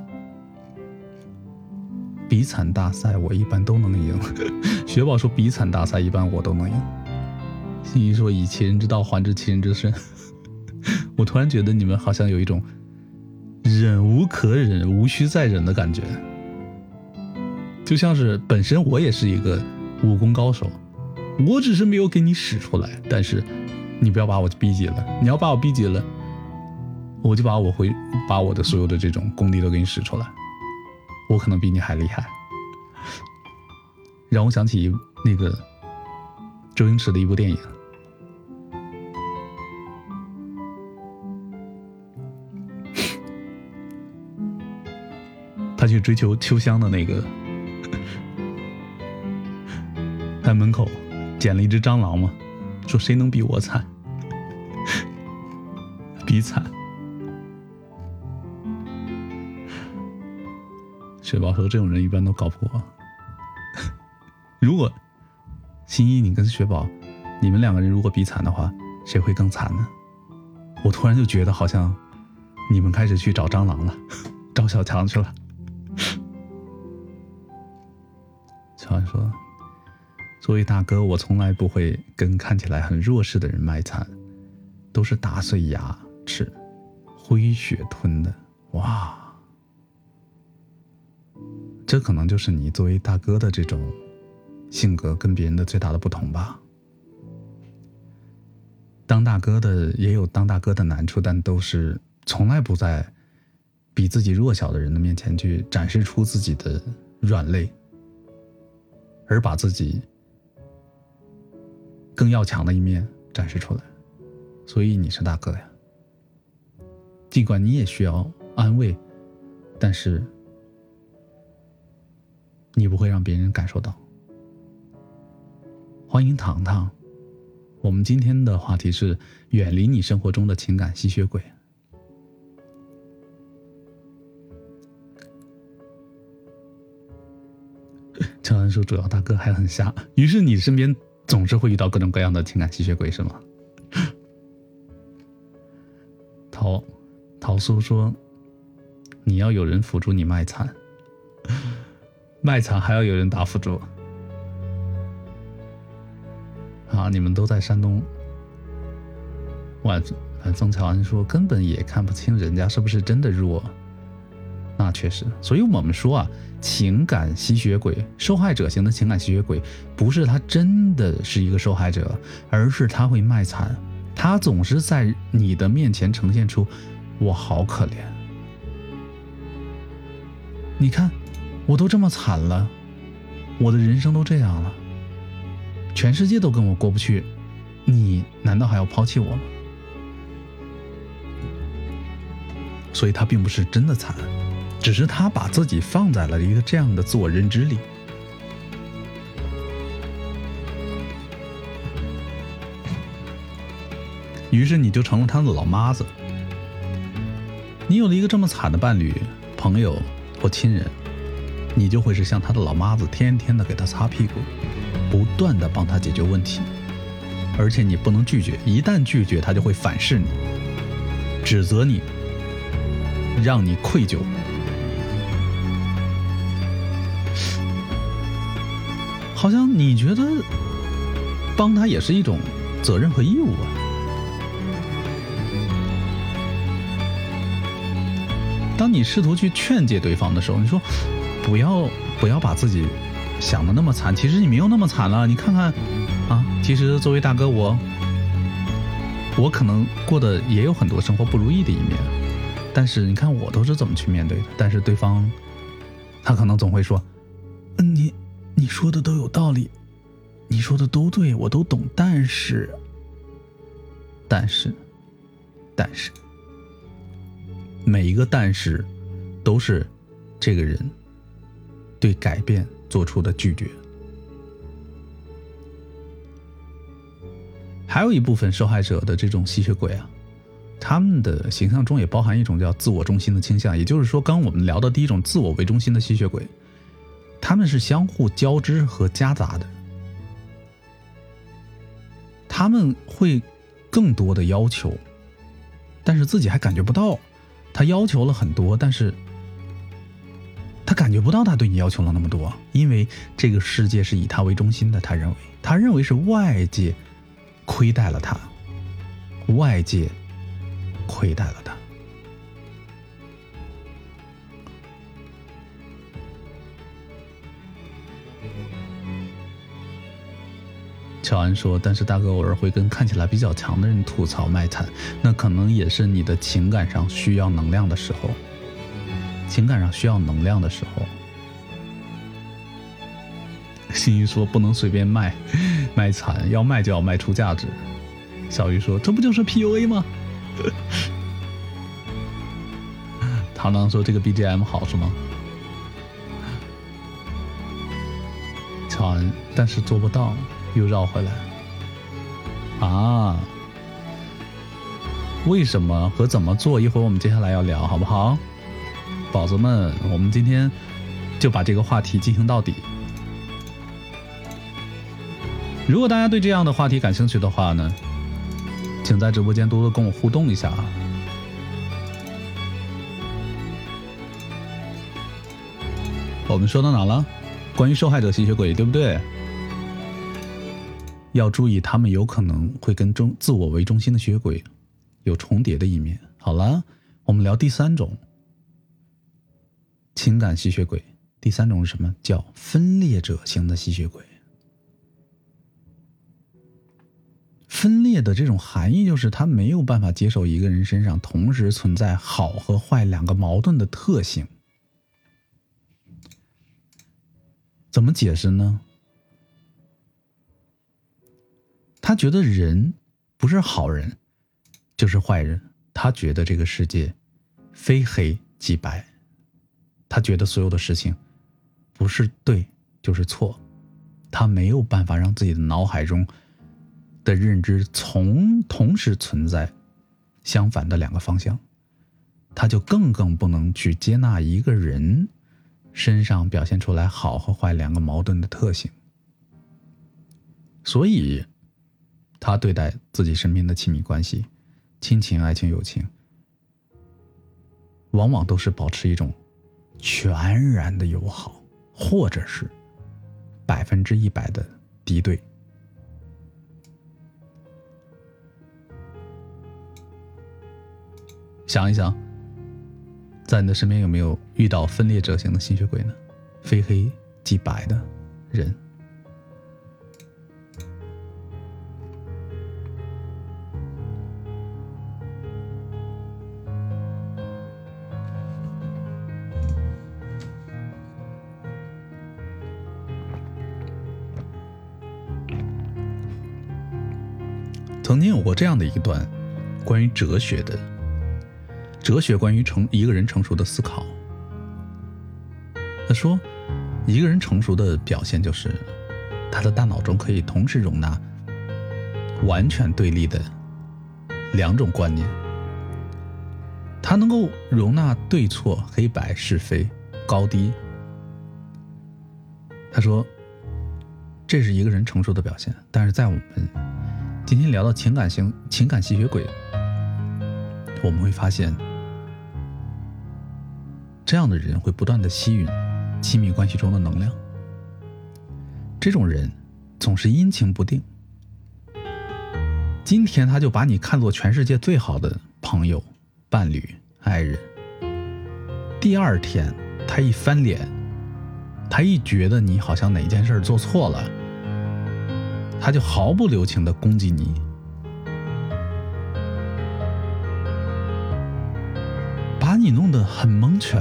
比惨大赛我一般都能赢。雪宝说比惨大赛一般我都能赢。心怡说以其人之道还治其人之身。我突然觉得你们好像有一种忍无可忍无需再忍的感觉，就像是本身我也是一个武功高手，我只是没有给你使出来，但是你不要把我逼急了，你要把我逼急了，我就把我会把我的所有的这种功力都给你使出来，我可能比你还厉害。让我想起那个周星驰的一部电影，他去追求秋香的那个，在门口捡了一只蟑螂嘛，说谁能比我惨，比惨。雪宝说这种人一般都搞不过。如果新一你跟雪宝你们两个人如果比惨的话，谁会更惨呢？我突然就觉得好像你们开始去找蟑螂了，找小强去了。乔安说，作为大哥，我从来不会跟看起来很弱势的人卖惨，都是打碎牙齿灰血吞的。哇，这可能就是你作为大哥的这种性格跟别人的最大的不同吧。当大哥的也有当大哥的难处，但都是从来不在比自己弱小的人的面前去展示出自己的软肋，而把自己更要强的一面展示出来。所以你是大哥呀，尽管你也需要安慰，但是你不会让别人感受到。欢迎糖糖，我们今天的话题是远离你生活中的情感吸血鬼。乔安说主要大哥还很瞎，于是你身边总是会遇到各种各样的情感吸血鬼是吗？陶陶苏说你要有人辅助你卖惨，卖惨还要有人打辅助啊！你们都在山东。晚晚风乔安说根本也看不清人家是不是真的弱，那确实。所以我们说啊，情感吸血鬼，受害者型的情感吸血鬼，不是他真的是一个受害者，而是他会卖惨， 他总是在你的面前呈现出我好可怜，你看我都这么惨了，我的人生都这样了，全世界都跟我过不去，你难道还要抛弃我吗？所以他并不是真的惨，只是他把自己放在了一个这样的自我认知里。于是你就成了他的老妈子。你有了一个这么惨的伴侣、朋友或亲人，你就会是像他的老妈子，天天的给他擦屁股，不断的帮他解决问题。而且你不能拒绝，一旦拒绝他就会反噬你，指责你，让你愧疚。好像你觉得帮他也是一种责任和义务啊。当你试图去劝诫对方的时候，你说不要不要把自己想的那么惨，其实你没有那么惨了，你看看啊，其实作为大哥我我可能过得也有很多生活不如意的一面，但是你看我都是怎么去面对的。但是对方他可能总会说，嗯，你你说的都有道理，你说的都对，我都懂，但是但是但是每一个但是都是这个人对改变做出的拒绝。还有一部分受害者的这种吸血鬼啊，他们的形象中也包含一种叫自我中心的倾向，也就是说刚刚我们聊的第一种自我为中心的吸血鬼，他们是相互交织和夹杂的，他们会更多的要求，但是自己还感觉不到。他要求了很多，但是他感觉不到他对你要求了那么多，因为这个世界是以他为中心的。他认为他认为是外界亏待了他，外界亏待了他。乔安说，但是大哥偶尔会跟看起来比较强的人吐槽卖惨，那可能也是你的情感上需要能量的时候，情感上需要能量的时候。新宇说不能随便卖卖惨，要卖就要卖出价值。小鱼说这不就是 P U A 吗？螳螂说这个 B G M 好是吗？乔安，但是做不到，又绕回来啊？为什么和怎么做？一会儿我们接下来要聊，好不好？宝子们，我们今天就把这个话题进行到底。如果大家对这样的话题感兴趣的话呢，请在直播间多多跟我互动一下啊。我们说到哪了？关于受害者吸血鬼，对不对？要注意，他们有可能会跟中自我为中心的吸血鬼有重叠的一面。好了，我们聊第三种情感吸血鬼。第三种是什么？叫分裂者型的吸血鬼。分裂的这种含义就是他没有办法接受一个人身上同时存在好和坏两个矛盾的特性。怎么解释呢？他觉得人不是好人就是坏人，他觉得这个世界非黑即白，他觉得所有的事情不是对就是错，他没有办法让自己的脑海中的认知从同时存在相反的两个方向，他就更更不能去接纳一个人身上表现出来好和坏两个矛盾的特性。所以他对待自己身边的亲密关系，亲情、爱情、友情，往往都是保持一种全然的友好，或者是百分之一百的敌对。想一想，在你的身边有没有遇到分裂者型的吸血鬼呢？非黑即白的人。 曾经有过这样的一段关于哲学的哲学关于成一个人成熟的思考。他说一个人成熟的表现就是他的大脑中可以同时容纳完全对立的两种观念，他能够容纳对错、黑白、是非、高低。他说这是一个人成熟的表现。但是在我们今天聊到情感型情感吸血鬼，我们会发现这样的人会不断地吸吮亲密关系中的能量。这种人总是阴晴不定，今天他就把你看作全世界最好的朋友、伴侣、爱人，第二天他一翻脸，他一觉得你好像哪件事做错了，他就毫不留情地攻击你，把你弄得很蒙圈。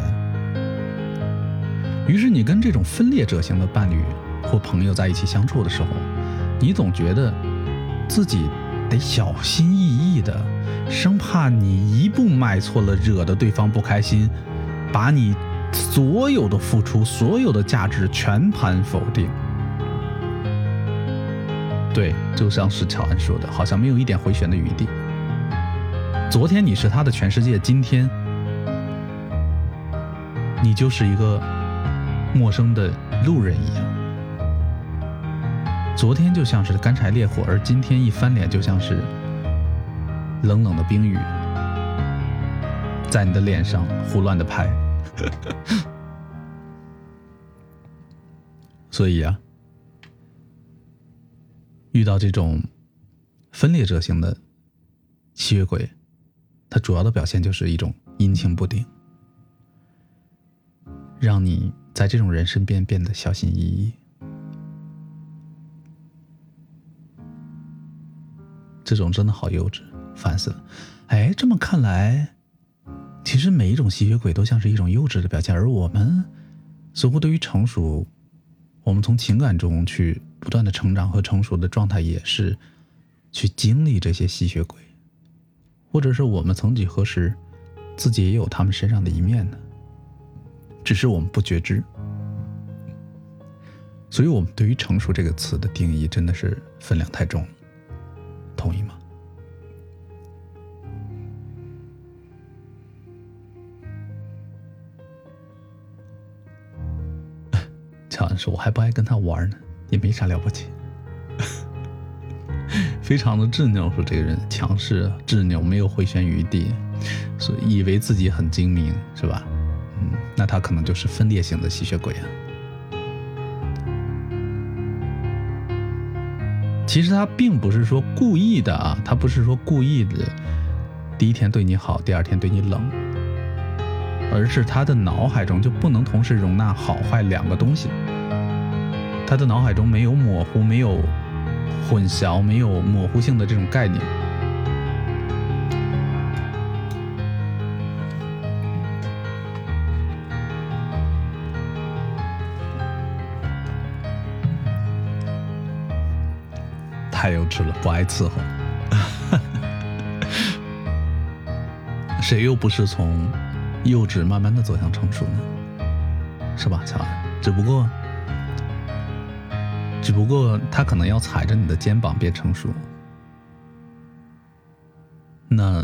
于是你跟这种分裂者型的伴侣或朋友在一起相处的时候，你总觉得自己得小心翼翼的，生怕你一步迈错了，惹得对方不开心，把你所有的付出、所有的价值全盘否定。对，就像是乔安说的，好像没有一点回旋的余地。昨天你是他的全世界，今天你就是一个陌生的路人一样。昨天就像是干柴烈火，而今天一翻脸就像是冷冷的冰雨，在你的脸上胡乱的拍。所以啊，遇到这种分裂者型的吸血鬼，它主要的表现就是一种阴晴不定，让你在这种人身边变得小心翼翼。这种真的好幼稚，烦死了。哎，这么看来，其实每一种吸血鬼都像是一种幼稚的表现，而我们似乎对于成熟，我们从情感中去不断的成长和成熟的状态，也是去经历这些吸血鬼，或者是我们曾几何时自己也有他们身上的一面呢，只是我们不觉知。所以我们对于成熟这个词的定义真的是分量太重了，同意吗？乔安说我还不爱跟他玩呢，也没啥了不起。非常的执拗，说这个人强势执拗，没有回旋余地，所以以为自己很精明，是吧？嗯，那他可能就是分裂型的吸血鬼啊。其实他并不是说故意的啊，他不是说故意的，第一天对你好，第二天对你冷，而是他的脑海中就不能同时容纳好坏两个东西，他的脑海中没有模糊，没有混淆，没有模糊性的这种概念。太幼稚了，不爱伺候。谁又不是从幼稚慢慢的走向成熟呢？是吧，乔安？只不过只不过他可能要踩着你的肩膀变成熟，那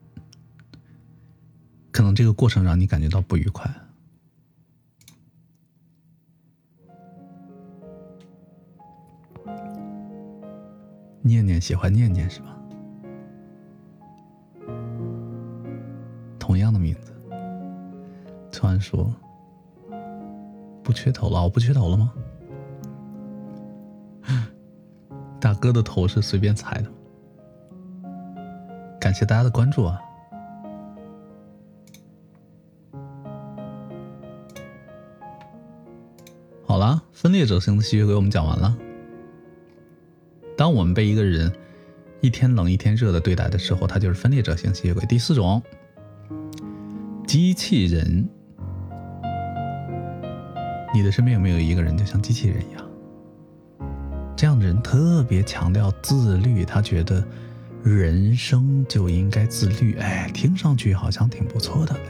可能这个过程让你感觉到不愉快。念念喜欢念念是吧？同样的名字，突然说不缺头了，我不缺头了吗？大哥的头是随便踩的。感谢大家的关注啊！好了，分裂者型的吸血鬼我们讲完了。当我们被一个人一天冷一天热的对待的时候，他就是分裂者型吸血鬼。第四种，机器人。你的身边有没有一个人就像机器人一样？这样的人特别强调自律，他觉得人生就应该自律，哎，听上去好像挺不错的嘞。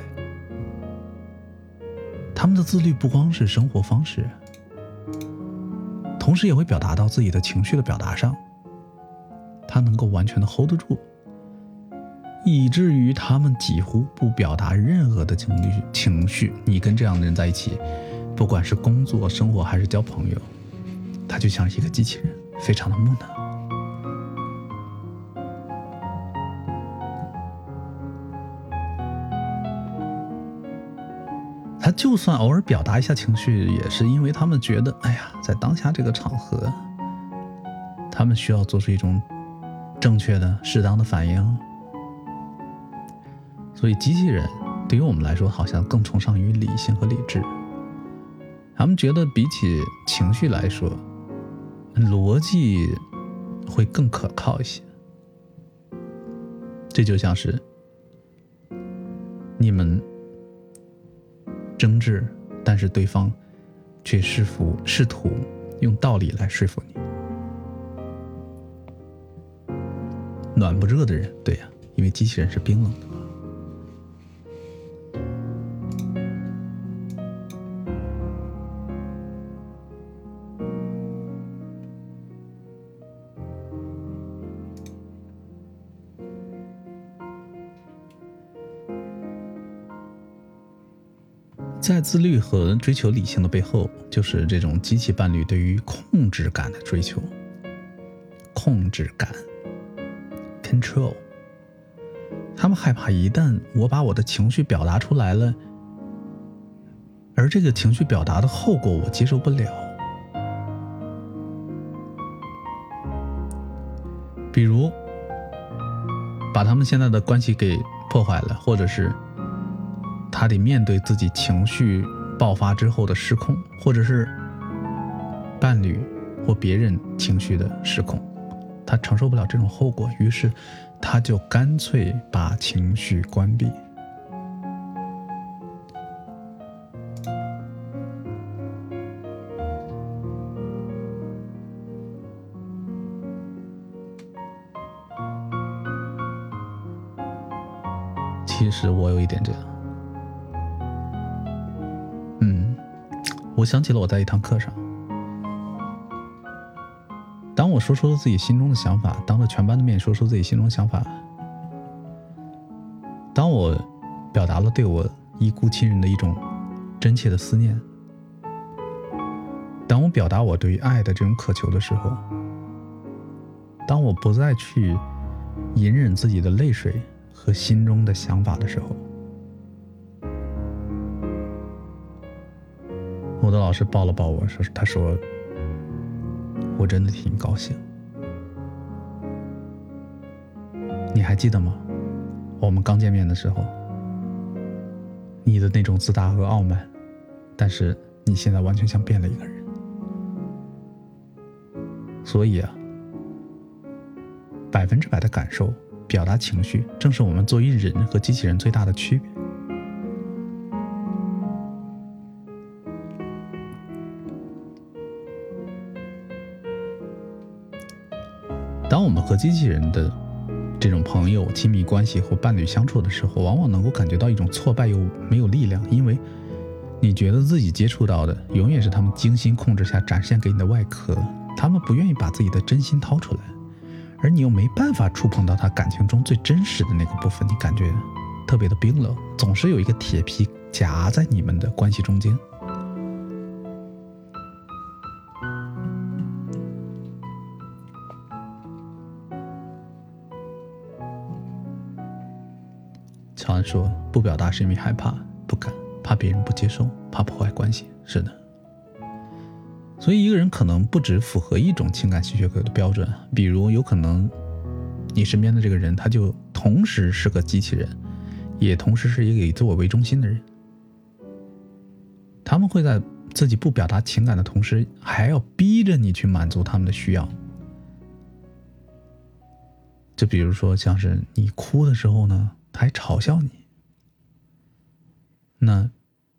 他们的自律不光是生活方式，同时也会表达到自己的情绪的表达上，他能够完全的 hold 得住，以至于他们几乎不表达任何的情绪情绪。你跟这样的人在一起，不管是工作、生活还是交朋友，他就像是一个机器人，非常的木讷。他就算偶尔表达一下情绪，也是因为他们觉得，哎呀，在当下这个场合，他们需要做出一种正确的、适当的反应。所以机器人对于我们来说，好像更崇尚于理性和理智。他们觉得比起情绪来说，逻辑会更可靠一些。这就像是你们争执，但是对方却试图试图用道理来说服你。暖不热的人，对呀、啊，因为机器人是冰冷的。在自律和追求理性的背后，就是这种机器伴侣对于控制感的追求。控制感 control， 他们害怕一旦我把我的情绪表达出来了，而这个情绪表达的后果我接受不了。比如把他们现在的关系给破坏了，或者是他得面对自己情绪爆发之后的失控，或者是伴侣或别人情绪的失控，他承受不了这种后果，于是他就干脆把情绪关闭。其实我有一点这样。我想起了我在一堂课上，当我说出了自己心中的想法，当着全班的面说出自己心中的想法，当我表达了对我已故亲人的一种真切的思念，当我表达我对于爱的这种渴求的时候，当我不再去隐忍自己的泪水和心中的想法的时候，我的老师抱了抱我，说他说我真的挺高兴。你还记得吗？我们刚见面的时候，你的那种自大和傲慢，但是你现在完全像变了一个人。所以啊，百分之百的感受、表达情绪，正是我们作为人和机器人最大的区别。当我们和机器人的这种朋友、亲密关系或伴侣相处的时候，往往能够感觉到一种挫败又没有力量，因为你觉得自己接触到的永远是他们精心控制下展现给你的外壳，他们不愿意把自己的真心掏出来，而你又没办法触碰到他感情中最真实的那个部分，你感觉特别的冰冷，总是有一个铁皮夹在你们的关系中间。乔安说，不表达是因为害怕，不敢，怕别人不接受，怕破坏关系。是的，所以一个人可能不只符合一种情感心理学的标准，比如有可能你身边的这个人他就同时是个机器人，也同时是一个以自我为中心的人，他们会在自己不表达情感的同时，还要逼着你去满足他们的需要。就比如说像是你哭的时候呢，他还嘲笑你，那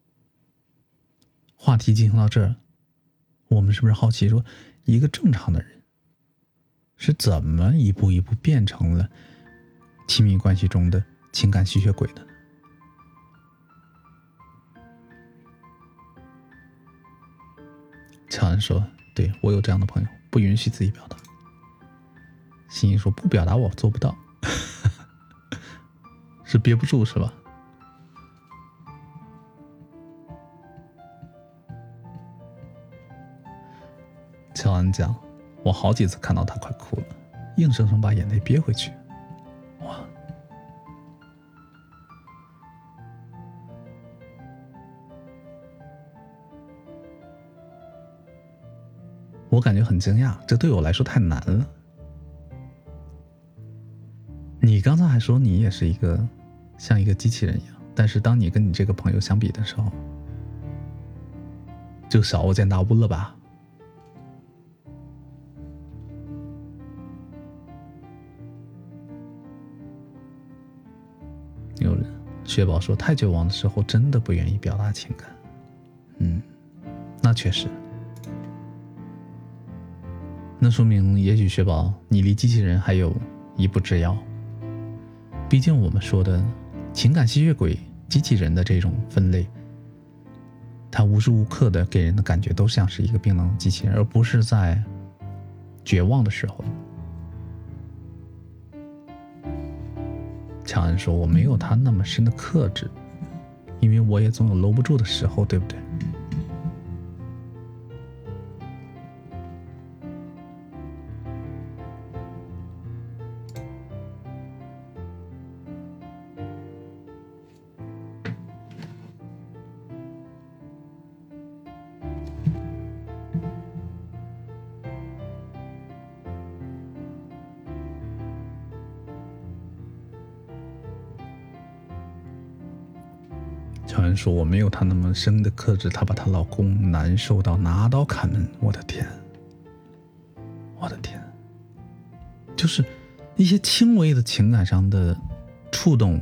话题进行到这儿，我们是不是好奇说，一个正常的人是怎么一步一步变成了亲密关系中的情感吸血鬼的呢？乔安说，对，我有这样的朋友，不允许自己表达。欣欣说，不表达我做不到。是憋不住是吧？乔安讲，我好几次看到他快哭了，硬生生把眼泪憋回去。哇！我感觉很惊讶，这对我来说太难了。你刚才还说你也是一个像一个机器人一样，但是当你跟你这个朋友相比的时候，就小巫见大巫了吧？有人雪宝说，太绝望的时候真的不愿意表达情感。嗯，那确实。那说明也许雪宝你离机器人还有一步之遥。毕竟我们说的情感吸血鬼机器人的这种分类，它无时无刻的给人的感觉都像是一个冰冷的机器人，而不是在绝望的时候。乔安说，我没有他那么深的克制，因为我也总有搂不住的时候，对不对？乔安说，我没有她那么深的克制，她把她老公难受到拿刀砍门。我的天，我的天，就是一些轻微的情感上的触动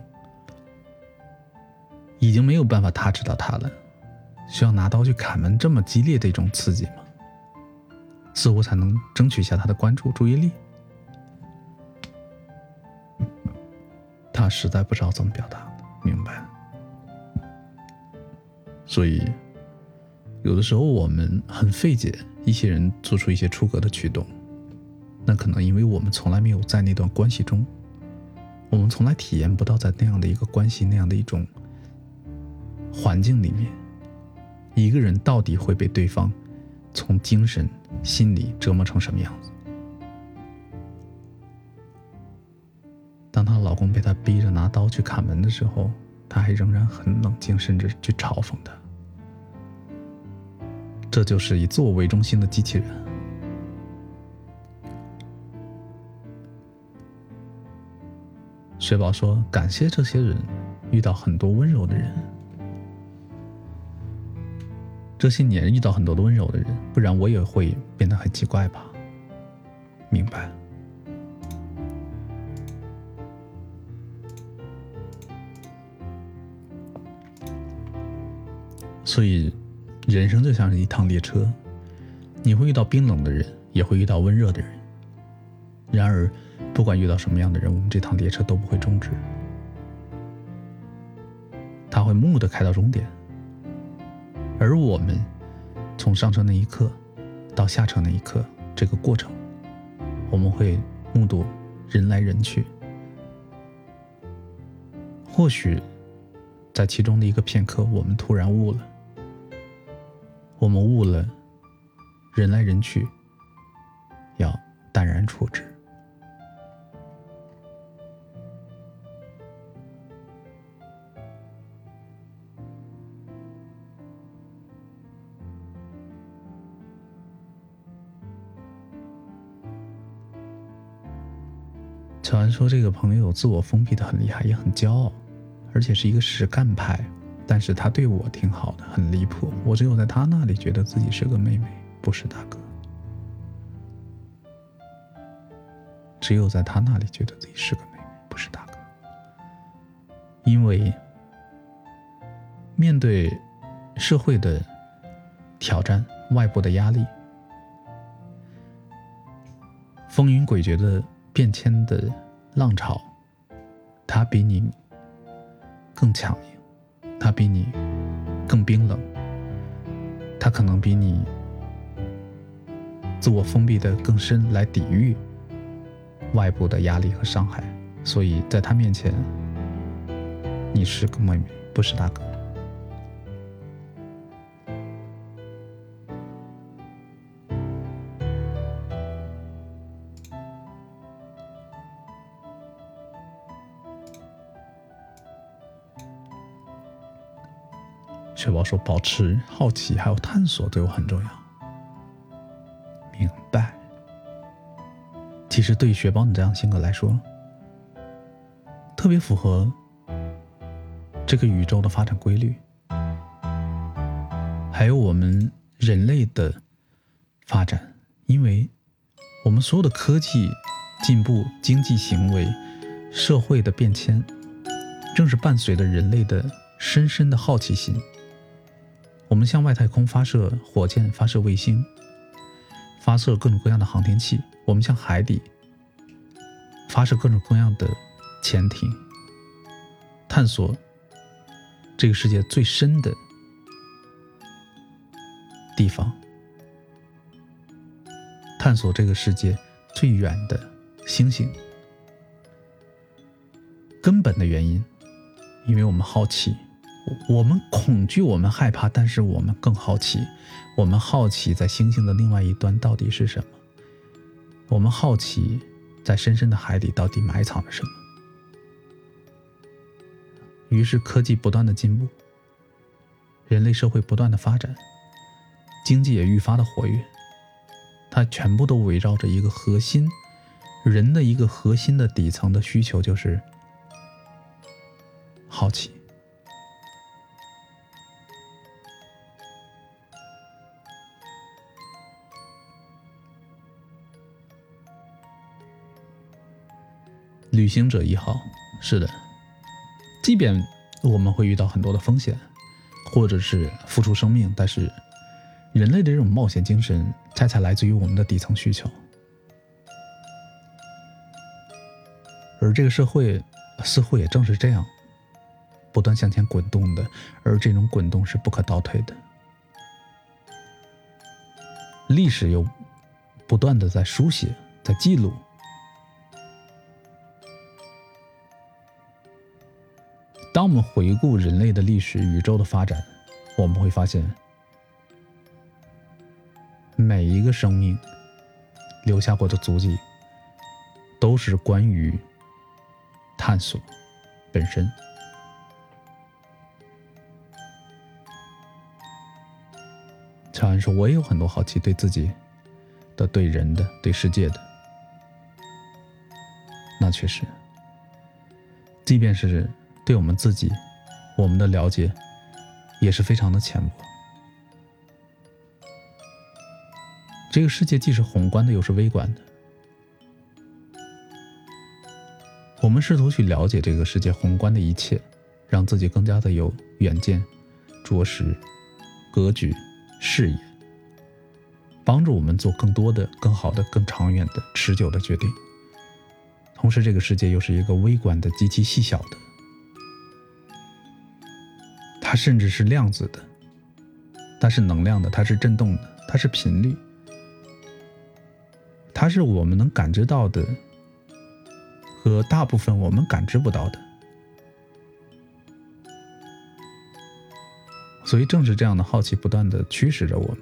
已经没有办法touch到她了，需要拿刀去砍门，这么激烈的一种刺激吗？似乎才能争取一下她的关注注意力。她实在不知道怎么表达，明白。所以有的时候我们很费解一些人做出一些出格的举动，那可能因为我们从来没有在那段关系中，我们从来体验不到在那样的一个关系，那样的一种环境里面，一个人到底会被对方从精神心理折磨成什么样子。当她老公被她逼着拿刀去砍门的时候，她还仍然很冷静，甚至去嘲讽他。这就是以自我为中心的机器人。雪宝说，感谢这些人遇到很多温柔的人，这些年遇到很多的温柔的人，不然我也会变得很奇怪吧。明白。所以人生就像是一趟列车，你会遇到冰冷的人，也会遇到温热的人。然而不管遇到什么样的人，我们这趟列车都不会终止，它会蓦地开到终点。而我们从上车那一刻到下车那一刻，这个过程我们会目睹人来人去。或许在其中的一个片刻，我们突然悟了，我们悟了人来人去要淡然处之。乔安说，这个朋友自我封闭的很厉害，也很骄傲，而且是一个实干派，但是他对我挺好的，很离谱，我只有在他那里觉得自己是个妹妹，不是大哥。只有在他那里觉得自己是个妹妹，不是大哥。因为面对社会的挑战，外部的压力， 风云诡谲的变迁的浪潮，它比你更强硬，它比你更冰冷，它可能比你自我封闭的更深，来抵御外部的压力和伤害。所以在他面前，你是个妹妹，不是大哥。雪宝说，保持好奇还有探索对我很重要。明白。其实对于雪宝你这样性格来说，特别符合这个宇宙的发展规律，还有我们人类的发展。因为我们所有的科技进步、经济行为、社会的变迁，正是伴随着人类的深深的好奇心。我们向外太空发射火箭，发射卫星，发射各种各样的航天器，我们向海底发射各种各样的潜艇，探索这个世界最深的地方，探索这个世界最远的星星。根本的原因，因为我们好奇，我们恐惧，我们害怕，但是我们更好奇。我们好奇在星星的另外一端到底是什么，我们好奇在深深的海底到底埋藏着什么。于是科技不断的进步，人类社会不断的发展，经济也愈发的活跃，它全部都围绕着一个核心，人的一个核心的底层的需求，就是好奇。旅行者一号，是的，即便我们会遇到很多的风险，或者是付出生命，但是人类的这种冒险精神恰恰来自于我们的底层需求。而这个社会似乎也正是这样不断向前滚动的，而这种滚动是不可倒退的。历史又不断的在书写，在记录。当我们回顾人类的历史、宇宙的发展，我们会发现，每一个生命留下过的足迹，都是关于探索本身。乔安说，我也有很多好奇，对自己的、对人的、对世界的。那确实，即便是对我们自己，我们的了解也是非常的浅薄。这个世界既是宏观的，又是微观的。我们试图去了解这个世界宏观的一切，让自己更加的有远见、着实、格局、视野，帮助我们做更多的、更好的、更长远的、持久的决定。同时，这个世界又是一个微观的、极其细小的，它甚至是量子的，它是能量的，它是振动的，它是频率，它是我们能感知到的和大部分我们感知不到的。所以正是这样的好奇不断地驱使着我们。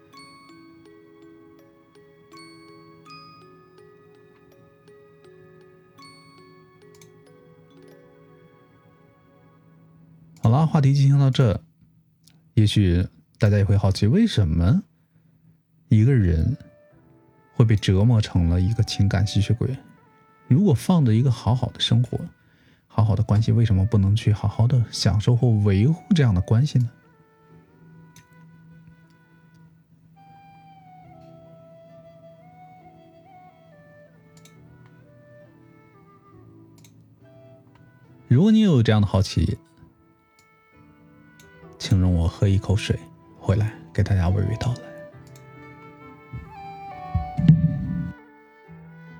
好了，话题进行到这，也许大家也会好奇，为什么一个人会被折磨成了一个情感吸血鬼？如果放着一个好好的生活，好好的关系，为什么不能去好好的享受或维护这样的关系呢？如果你有这样的好奇，请容我喝一口水，回来给大家娓娓道来。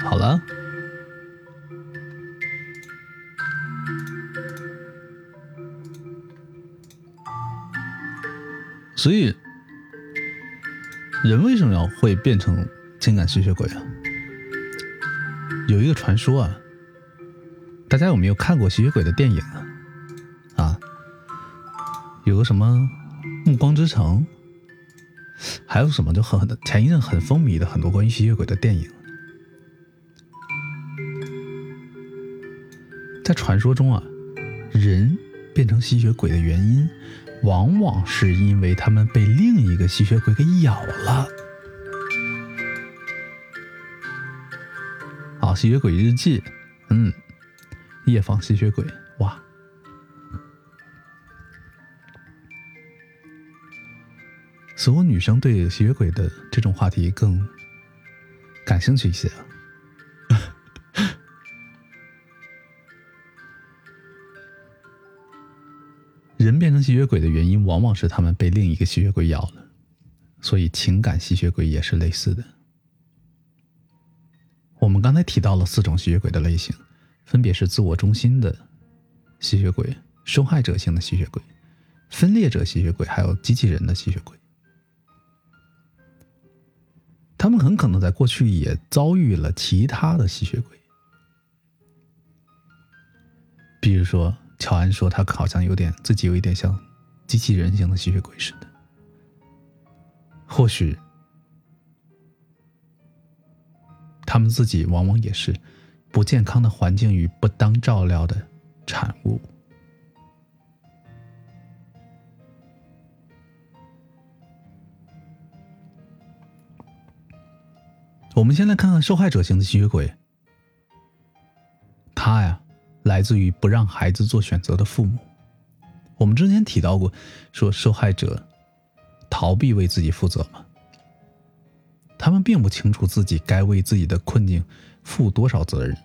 好了，所以人为什么要会变成情感吸血鬼啊？有一个传说啊，大家有没有看过吸血鬼的电影啊？啊，有个什么暮光之城，还有什么就很前一阵很风靡的很多关于吸血鬼的电影。在传说中啊，人变成吸血鬼的原因往往是因为他们被另一个吸血鬼给咬了。好，吸血鬼日记，嗯，夜访吸血鬼，哇，所有女生对吸血鬼的这种话题更感兴趣一些啊。人变成吸血鬼的原因往往是他们被另一个吸血鬼咬了，所以情感吸血鬼也是类似的。我们刚才提到了四种吸血鬼的类型，分别是自我中心的吸血鬼、受害者型的吸血鬼、分裂者吸血鬼，还有机器人的吸血鬼。他们很可能在过去也遭遇了其他的吸血鬼，比如说乔安说他好像有点自己有一点像机器人型的吸血鬼似的，或许他们自己往往也是不健康的环境与不当照料的产物。我们先来看看受害者型的吸血鬼，他呀来自于不让孩子做选择的父母。我们之前提到过，说受害者逃避为自己负责嘛，他们并不清楚自己该为自己的困境负多少责任。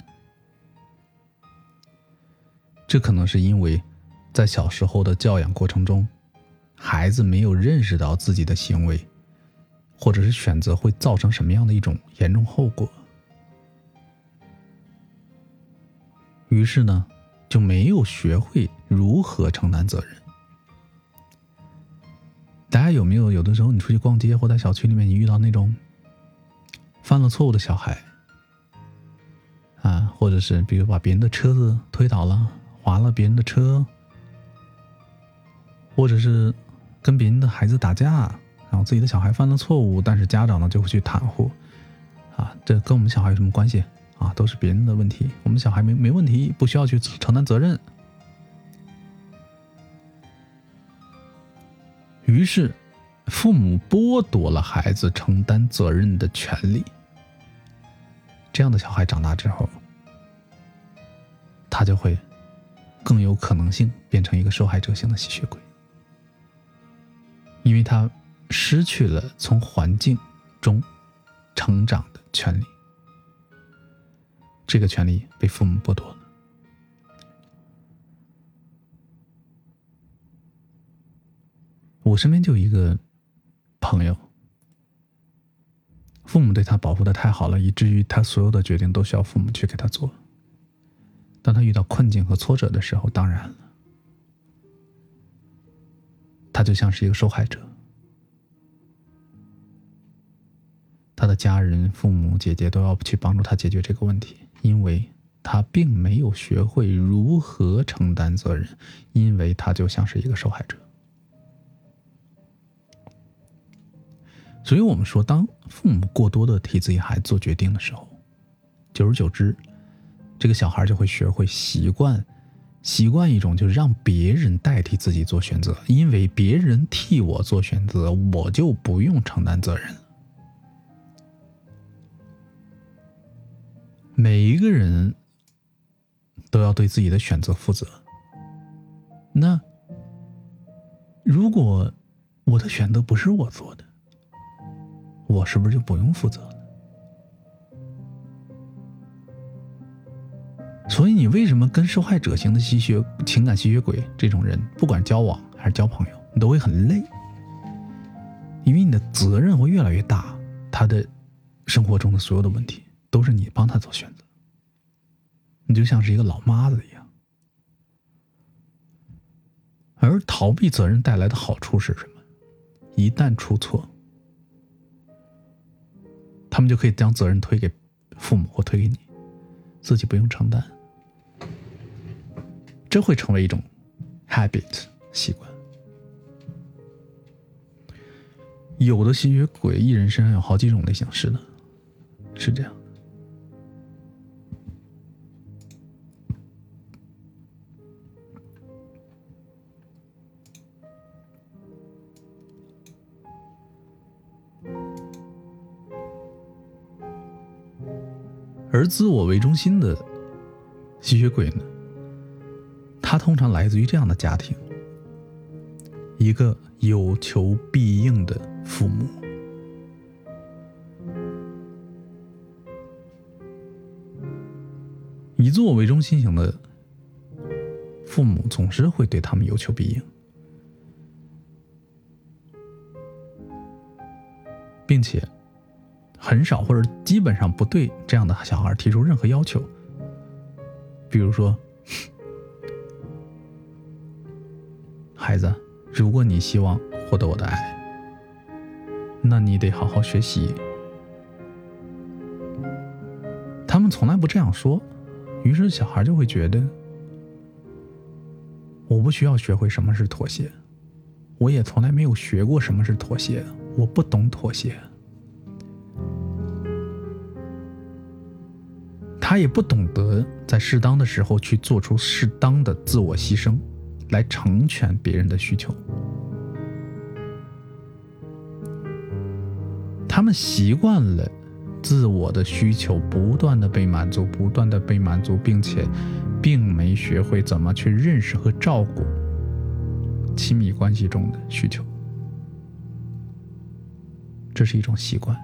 这可能是因为在小时候的教养过程中，孩子没有认识到自己的行为或者是选择会造成什么样的一种严重后果，于是呢就没有学会如何承担责任。大家有没有有的时候你出去逛街或在小区里面，你遇到那种犯了错误的小孩啊，或者是比如把别人的车子推倒了，划了别人的车，或者是跟别人的孩子打架，然后自己的小孩犯了错误，但是家长呢就会去袒护啊，这跟我们小孩有什么关系啊？都是别人的问题，我们小孩没没问题，不需要去承担责任。于是父母剥夺了孩子承担责任的权利。这样的小孩长大之后，他就会更有可能性变成一个受害者型的吸血鬼，因为他失去了从环境中成长的权利，这个权利被父母剥夺了。我身边就有一个朋友，父母对他保护的太好了，以至于他所有的决定都需要父母去给他做。当他遇到困境和挫折的时候，当然了，他就像是一个受害者。他的家人、父母、姐姐都要去帮助他解决这个问题，因为他并没有学会如何承担责任，因为他就像是一个受害者。所以我们说，当父母过多的替自己孩子做决定的时候，久而久之，这个小孩就会学会习惯习惯一种就是让别人代替自己做选择，因为别人替我做选择，我就不用承担责任了。每一个人都要对自己的选择负责。那如果我的选择不是我做的，我是不是就不用负责了？所以你为什么跟受害者型的吸血情感吸血鬼这种人，不管交往还是交朋友，你都会很累，因为你的责任会越来越大，他的生活中的所有的问题都是你帮他做选择，你就像是一个老妈子一样。而逃避责任带来的好处是什么？一旦出错，他们就可以将责任推给父母或推给你，自己不用承担，这会成为一种 habit 习惯。有的吸血鬼一人身上有好几种类型，是的，是这样。而自我为中心的吸血鬼呢，他通常来自于这样的家庭，一个有求必应的父母。以自我为中心型的父母总是会对他们有求必应，并且很少或者基本上不对这样的小孩提出任何要求。比如说，孩子，如果你希望获得我的爱，那你得好好学习。他们从来不这样说，于是小孩就会觉得，我不需要学会什么是妥协，我也从来没有学过什么是妥协，我不懂妥协。他也不懂得在适当的时候去做出适当的自我牺牲，来成全别人的需求。他们习惯了自我的需求不断的被满足，不断的被满足，并且并没学会怎么去认识和照顾亲密关系中的需求。这是一种习惯。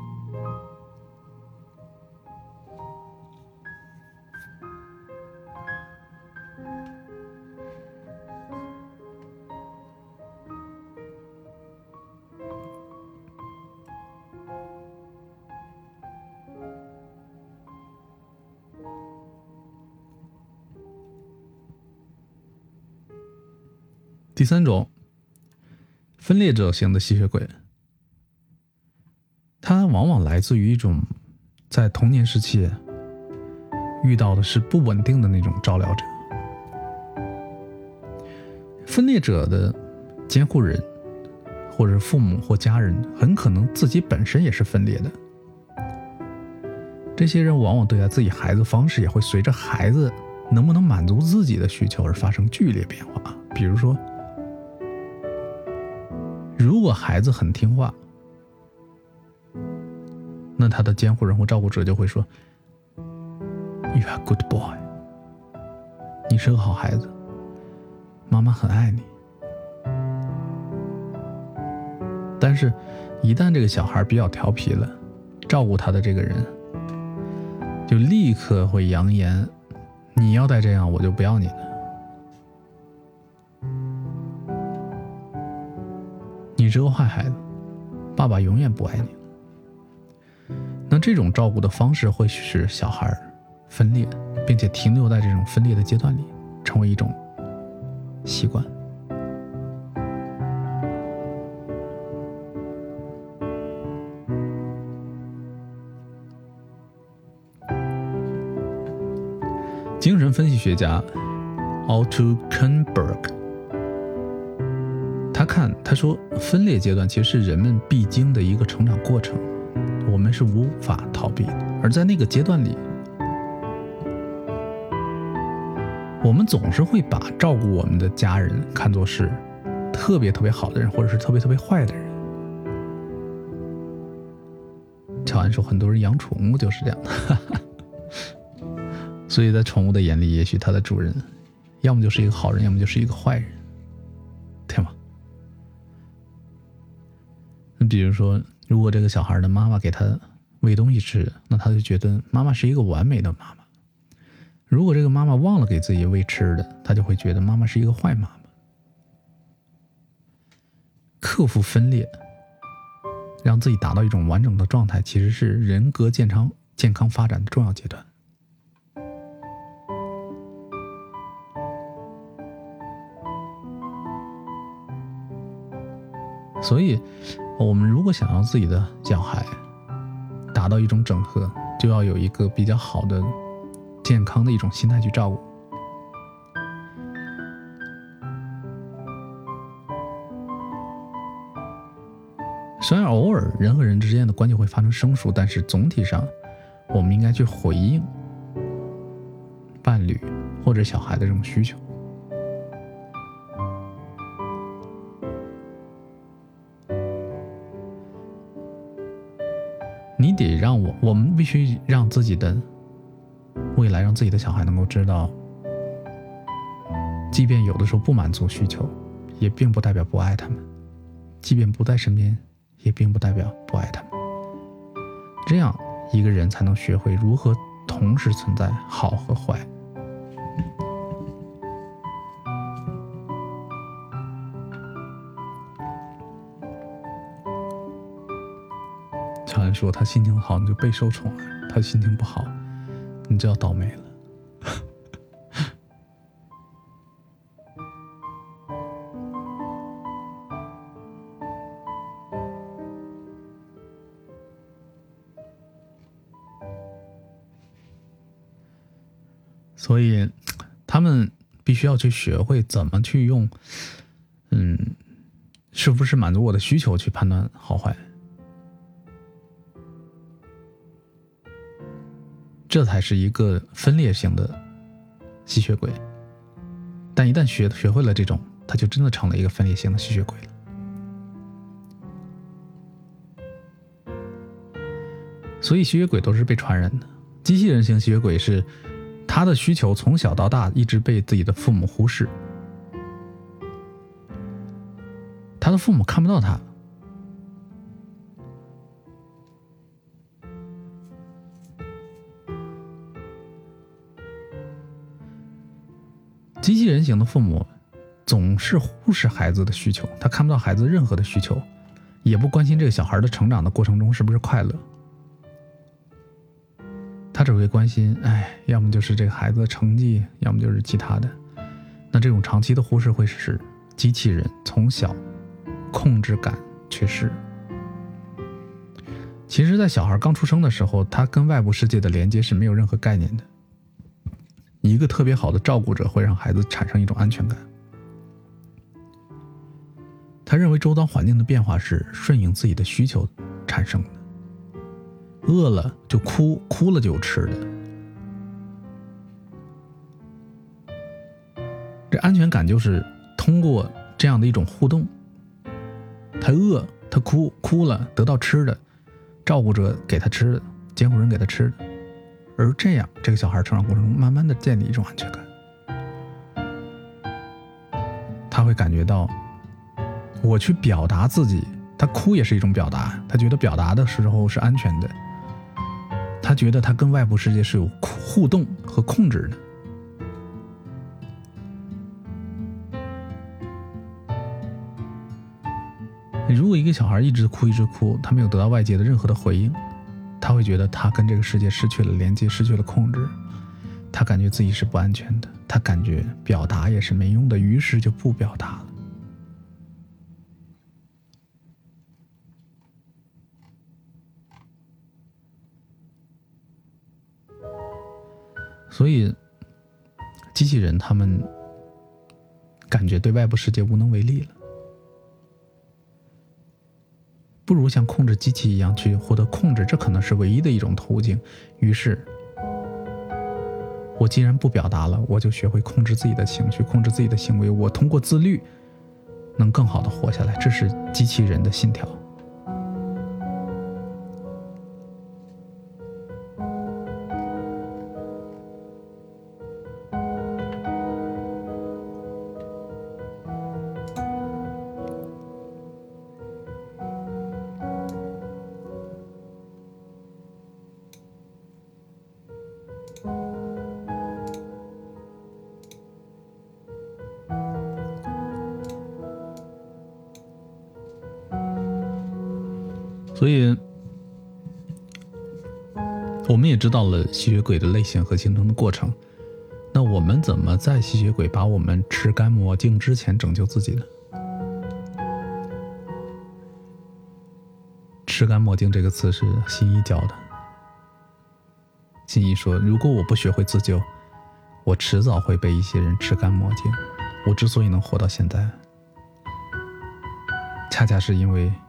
第三种，分裂者型的吸血鬼，它往往来自于一种在童年时期遇到的是不稳定的那种照料者。分裂者的监护人或者父母或家人很可能自己本身也是分裂的，这些人往往对待自己孩子方式也会随着孩子能不能满足自己的需求而发生剧烈变化。比如说，如果孩子很听话，那他的监护人或照顾者就会说 You are a good boy， 你是个好孩子，妈妈很爱你。但是一旦这个小孩比较调皮了，照顾他的这个人就立刻会扬言，你要再这样我就不要你了，你是个坏孩子，爸爸永远不爱你了。那这种照顾的方式会使小孩分裂，并且停留在这种分裂的阶段里，成为一种习惯。精神分析学家 Otto Kernberg他看他说，分裂阶段其实是人们必经的一个成长过程，我们是无法逃避的。而在那个阶段里，我们总是会把照顾我们的家人看作是特别特别好的人，或者是特别特别坏的人。乔安说，很多人养宠物就是这样的所以在宠物的眼里，也许它的主人要么就是一个好人，要么就是一个坏人，对吗？比如说，如果这个小孩的妈妈给他喂东西吃，那他就觉得妈妈是一个完美的妈妈。如果这个妈妈忘了给自己喂吃的，他就会觉得妈妈是一个坏妈妈。克服分裂，让自己达到一种完整的状态，其实是人格健康健康发展的重要阶段。所以我们如果想要自己的小孩达到一种整合，就要有一个比较好的健康的一种心态去照顾。虽然偶尔人和人之间的关系会发生生疏，但是总体上我们应该去回应伴侣或者小孩的这种需求。你得让我，我们必须让自己的未来，让自己的小孩能够知道，即便有的时候不满足需求，也并不代表不爱他们；即便不在身边，也并不代表不爱他们。这样一个人才能学会如何同时存在好和坏。乔安说他心情好你就备受宠爱，他心情不好你就要倒霉了。所以他们必须要去学会怎么去用嗯，是不是满足我的需求去判断好坏，这才是一个分裂型的吸血鬼。但一旦学学会了这种，他就真的成了一个分裂型的吸血鬼了。所以吸血鬼都是被传染的，机器人型吸血鬼是他的需求从小到大一直被自己的父母忽视，他的父母看不到他，机器人型的父母总是忽视孩子的需求，他看不到孩子任何的需求，也不关心这个小孩的成长的过程中是不是快乐，他只会关心，哎，要么就是这个孩子的成绩，要么就是其他的。那这种长期的忽视会使机器人从小控制感缺失。其实在小孩刚出生的时候，他跟外部世界的连接是没有任何概念的。一个特别好的照顾者会让孩子产生一种安全感，他认为周遭环境的变化是顺应自己的需求产生的，饿了就哭，哭了就有吃的。这安全感就是通过这样的一种互动，他饿他哭，哭了得到吃的，照顾者给他吃的，监护人给他吃的，而这样这个小孩成长过程中慢慢的建立一种安全感，他会感觉到我去表达自己，他哭也是一种表达，他觉得表达的时候是安全的，他觉得他跟外部世界是有互动和控制的。如果一个小孩一直哭一直哭，他没有得到外界的任何的回应，他会觉得他跟这个世界失去了连接，失去了控制，他感觉自己是不安全的，他感觉表达也是没用的，于是就不表达了。所以机器人他们感觉对外部世界无能为力了，不如像控制机器一样去获得控制，这可能是唯一的一种途径。于是我既然不表达了，我就学会控制自己的情绪，控制自己的行为，我通过自律能更好的活下来，这是机器人的信条。所以我们也知道了吸血鬼的类型和形成的过程，那我们怎么在吸血鬼把我们吃干抹净之前拯救自己呢？吃干抹净这个词是新一教的。新一说，如果我不学会自救，我迟早会被一些人吃干抹净。我之所以能活到现在，恰恰是因为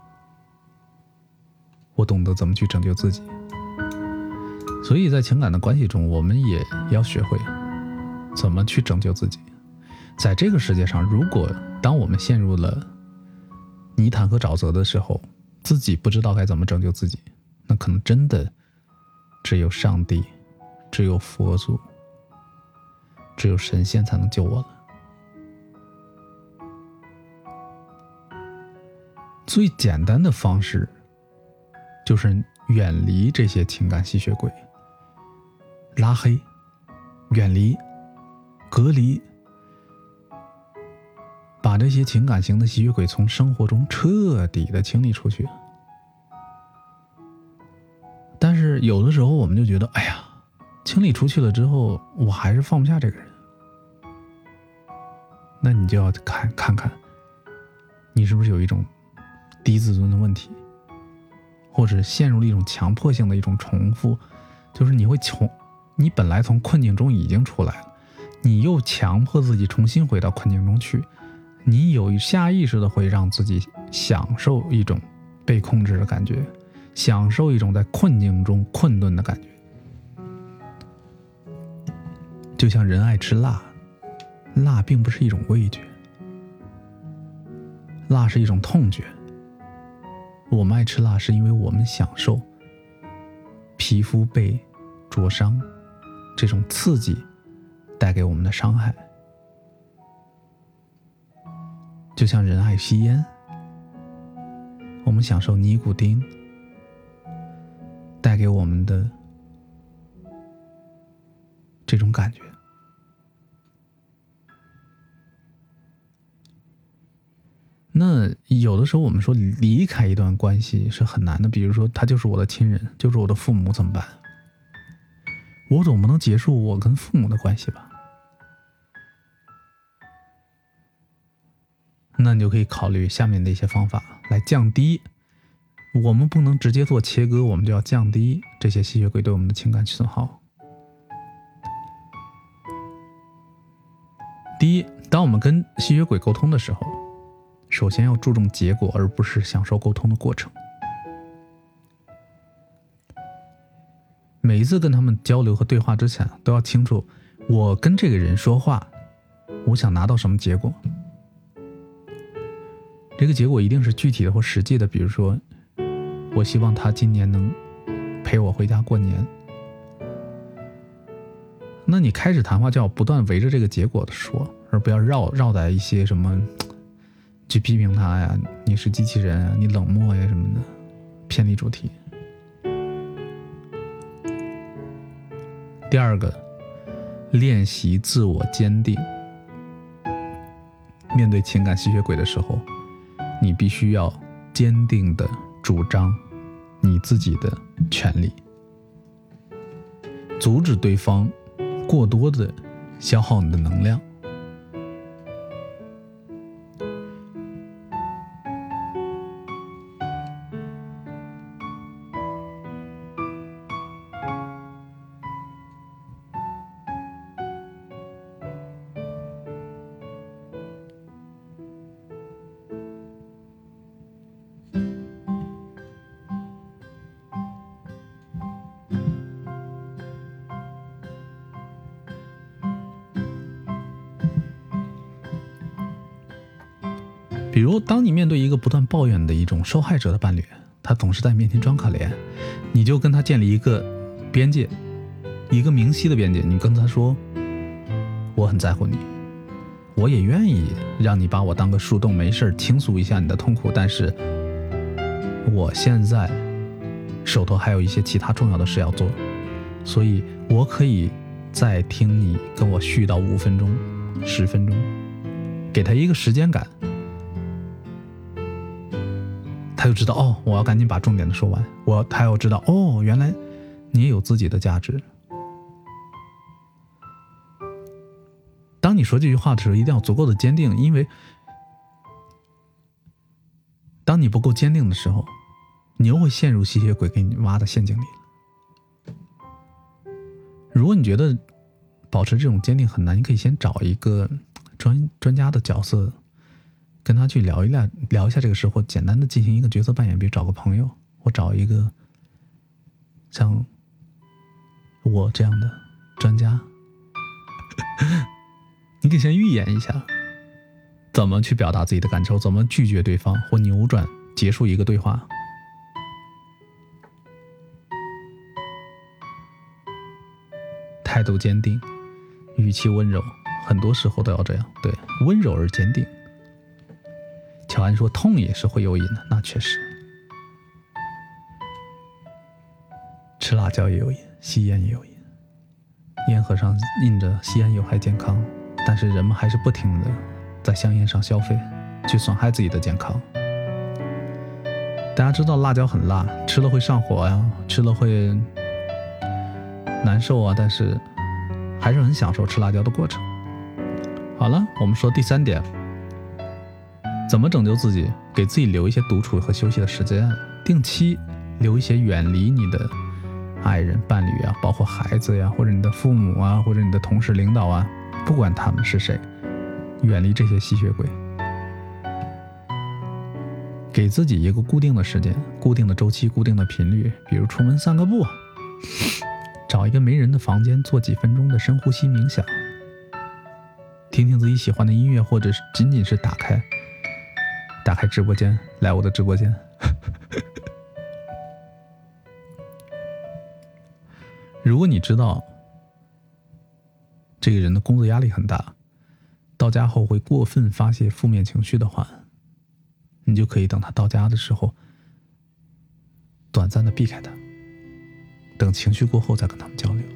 我懂得怎么去拯救自己。所以在情感的关系中，我们也要学会怎么去拯救自己。在这个世界上，如果当我们陷入了泥潭和沼泽的时候，自己不知道该怎么拯救自己，那可能真的只有上帝，只有佛祖，只有神仙才能救我了。最简单的方式就是远离这些情感吸血鬼，拉黑，远离，隔离，把这些情感型的吸血鬼从生活中彻底的清理出去。但是有的时候我们就觉得，哎呀，清理出去了之后，我还是放不下这个人。那你就要看看看，你是不是有一种低自尊的问题，或者陷入了一种强迫性的一种重复，就是你会从你本来从困境中已经出来了，你又强迫自己重新回到困境中去，你有下意识的会让自己享受一种被控制的感觉，享受一种在困境中困顿的感觉。就像人爱吃辣，辣并不是一种味觉，辣是一种痛觉。我们爱吃辣是因为我们享受皮肤被灼伤这种刺激带给我们的伤害。就像人爱吸烟，我们享受尼古丁带给我们的这种感觉。那有的时候我们说离开一段关系是很难的，比如说他就是我的亲人，就是我的父母，怎么办？我总不能结束我跟父母的关系吧？那你就可以考虑下面的一些方法来降低，我们不能直接做切割，我们就要降低这些吸血鬼对我们的情感损耗。第一，当我们跟吸血鬼沟通的时候，首先要注重结果，而不是享受沟通的过程。每一次跟他们交流和对话之前，都要清楚我跟这个人说话，我想拿到什么结果。这个结果一定是具体的或实际的，比如说我希望他今年能陪我回家过年。那你开始谈话就要不断围着这个结果的说，而不要绕绕在一些什么去批评他呀，你是机器人啊，你冷漠呀什么的，偏离主题。第二个，练习自我坚定。面对情感吸血鬼的时候，你必须要坚定地主张你自己的权利，阻止对方过多的消耗你的能量。比如当你面对一个不断抱怨的一种受害者的伴侣，他总是在面前装可怜，你就跟他建立一个边界，一个明晰的边界。你跟他说，我很在乎你，我也愿意让你把我当个树洞，没事倾诉一下你的痛苦，但是我现在手头还有一些其他重要的事要做，所以我可以再听你跟我絮叨五分钟十分钟，给他一个时间感，他就知道哦，我要赶紧把重点的说完。我他要知道哦，原来你也有自己的价值。当你说这句话的时候，一定要足够的坚定，因为当你不够坚定的时候，你又会陷入吸血鬼给你挖的陷阱里了。如果你觉得保持这种坚定很难，你可以先找一个专专家的角色，跟他去聊一聊聊一下这个事，或简单的进行一个角色扮演，比如找个朋友，或找一个像我这样的专家。你可以先预演一下怎么去表达自己的感受，怎么拒绝对方或扭转结束一个对话。态度坚定，语气温柔，很多时候都要这样，对，温柔而坚定。乔安说痛也是会有瘾的，那确实。吃辣椒也有瘾，吸烟也有瘾，烟盒上印着吸烟有害健康，但是人们还是不停的在香烟上消费，去损害自己的健康。大家知道辣椒很辣，吃了会上火呀、啊，吃了会难受啊，但是还是很享受吃辣椒的过程。好了，我们说第三点，怎么拯救自己，给自己留一些独处和休息的时间，定期留一些远离你的爱人、伴侣啊，包括孩子呀，或者你的父母啊，或者你的同事、领导啊，不管他们是谁，远离这些吸血鬼。给自己一个固定的时间、固定的周期、固定的频率，比如出门散个步，找一个没人的房间做几分钟的深呼吸冥想，听听自己喜欢的音乐，或者是仅仅是打开打开直播间，来我的直播间。如果你知道这个人的工作压力很大，到家后会过分发泄负面情绪的话，你就可以等他到家的时候短暂的避开他，等情绪过后再跟他们交流。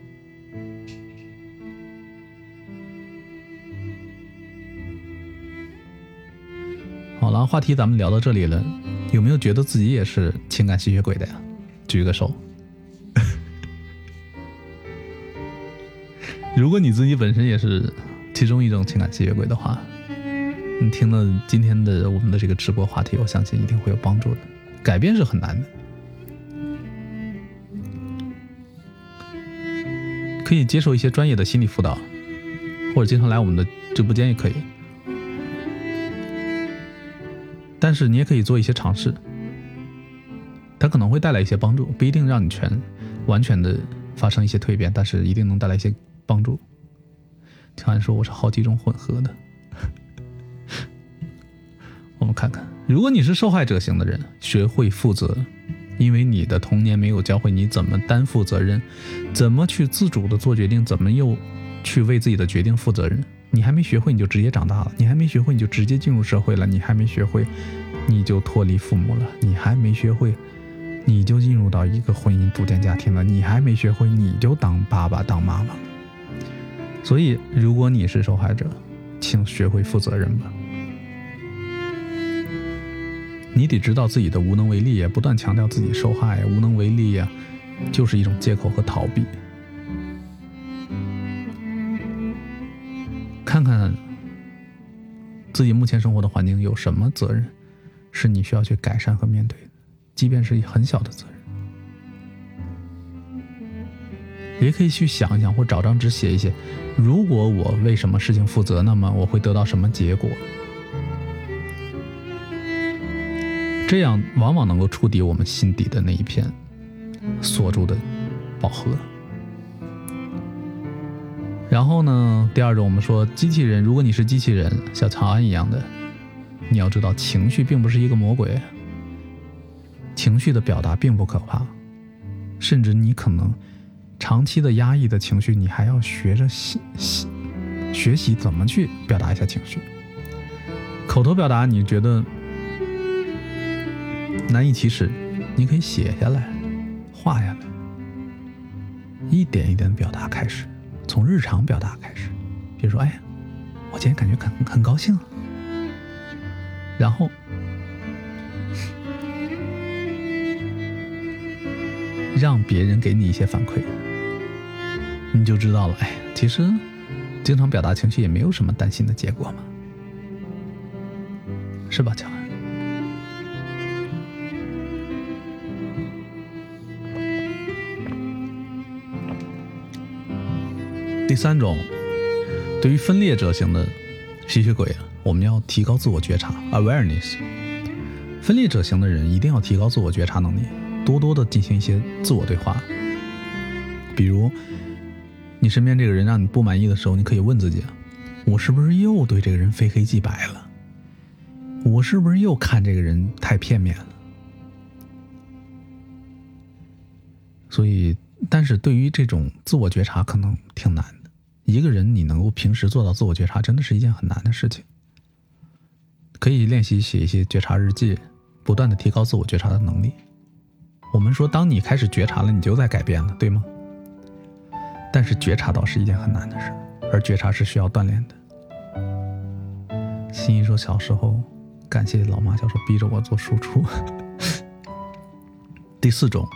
好了，话题咱们聊到这里了，有没有觉得自己也是情感吸血鬼的呀？举个手。如果你自己本身也是其中一种情感吸血鬼的话，你听了今天的我们的这个直播话题，我相信一定会有帮助的。改变是很难的，可以接受一些专业的心理辅导，或者经常来我们的直播间也可以。但是你也可以做一些尝试，它可能会带来一些帮助，不一定让你全完全的发生一些蜕变，但是一定能带来一些帮助。听完说我是好几种混合的。我们看看，如果你是受害者型的人，学会负责，因为你的童年没有教会你怎么担负责任，怎么去自主的做决定，怎么又去为自己的决定负责任。你还没学会你就直接长大了，你还没学会你就直接进入社会了，你还没学会你就脱离父母了，你还没学会你就进入到一个婚姻组建家庭了，你还没学会你就当爸爸当妈妈了。所以如果你是受害者，请学会负责任吧。你得知道自己的无能为力，也不断强调自己受害无能为力呀，就是一种借口和逃避。看看自己目前生活的环境有什么责任是你需要去改善和面对的，即便是很小的责任。也可以去想一想，或找张纸写一写，如果我为什么事情负责，那么我会得到什么结果。这样往往能够触底我们心底的那一片锁住的宝盒。然后呢，第二种我们说机器人，如果你是机器人，像长安一样的，你要知道情绪并不是一个魔鬼，情绪的表达并不可怕，甚至你可能长期的压抑的情绪，你还要学着学习怎么去表达一下情绪。口头表达你觉得难以启齿，你可以写下来，画下来，一点一点的表达开始，从日常表达开始。比如说，哎，我今天感觉很很高兴啊，然后让别人给你一些反馈，你就知道了，哎，其实经常表达情绪也没有什么担心的结果嘛，是吧，乔安？第三种，对于分裂者型的吸血鬼啊，我们要提高自我觉察 awareness。 分裂者型的人一定要提高自我觉察能力，多多的进行一些自我对话。比如你身边这个人让你不满意的时候，你可以问自己，我是不是又对这个人非黑即白了？我是不是又看这个人太片面了？所以但是对于这种自我觉察可能挺难的，一个人你能够平时做到自我觉察真的是一件很难的事情。可以练习写一些觉察日记，不断的提高自我觉察的能力。我们说当你开始觉察了，你就在改变了，对吗？但是觉察到是一件很难的事，而觉察是需要锻炼的。心怡说小时候感谢老妈小时候逼着我做输出。第四种，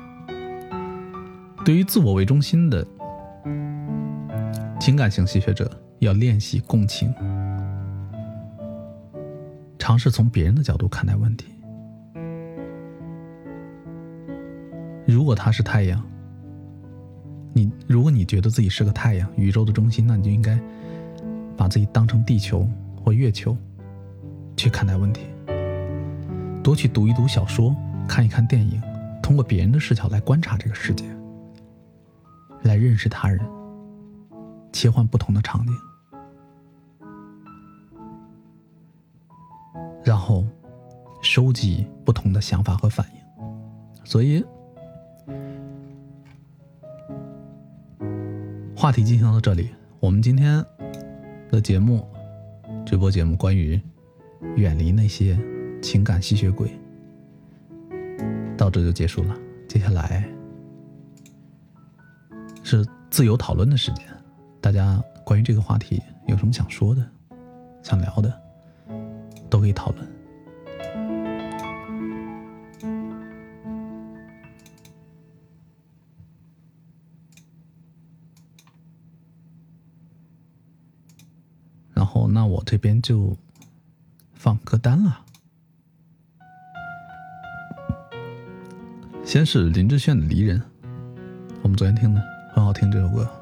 对于自我为中心的情感型吸血者，要练习共情，尝试从别人的角度看待问题。如果他是太阳，你如果你觉得自己是个太阳，宇宙的中心，那你就应该把自己当成地球或月球去看待问题。多去读一读小说，看一看电影，通过别人的视角来观察这个世界，来认识他人，切换不同的场景，然后收集不同的想法和反应。所以话题进行到这里，我们今天的节目直播节目关于远离那些情感吸血鬼到这就结束了。接下来是自由讨论的时间，大家关于这个话题有什么想说的想聊的都可以讨论。然后那我这边就放歌单了。先是林志炫的《离人》，我们昨天听的，很好听这首歌。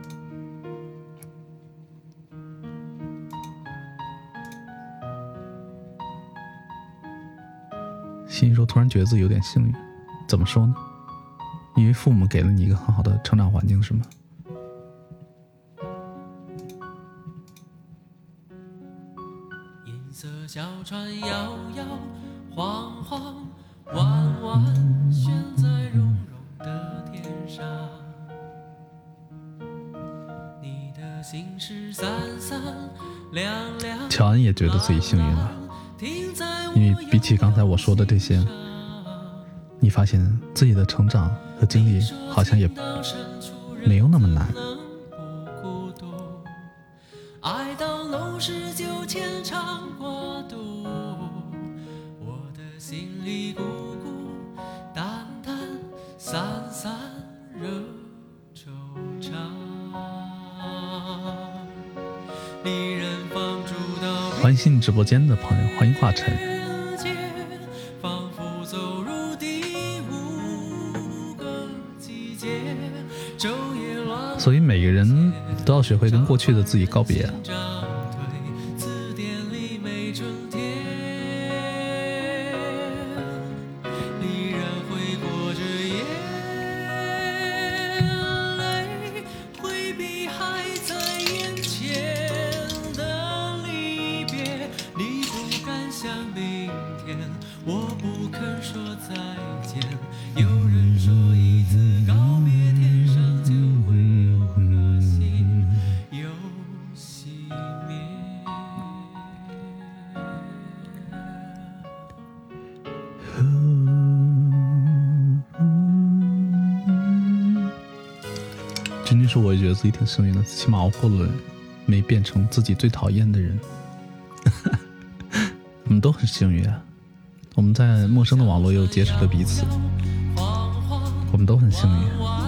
心说突然觉得自己有点幸运，怎么说呢？因为父母给了你一个很好的成长环境，是吗？ 银色小船摇摇晃晃，弯弯悬在绒绒的天上，你的心事散散凉凉。 乔恩也觉得自己幸运了，因为比起刚才我说的这些，你发现自己的成长和经历好像也没有那么难。 爱到浓时就牵肠挂肚，我的心里孤孤单单散散惹惆怅。离人放逐到欢迎新直播间的朋友，欢迎华晨。 仿佛走入第五个季节，昼夜乱。 所以每个人都要学会跟过去的自己告别。 字典里没春天，离人会过着眼泪，回避还在眼前的离别。你不敢想明天，我不肯说再见。有人说一次告别，天上就会有颗星又熄灭。 君君说我也觉得自己挺幸运的，起码熬过了没变成自己最讨厌的人。我们都很幸运啊，我们在陌生的网络又结识了彼此，我我们都很幸运。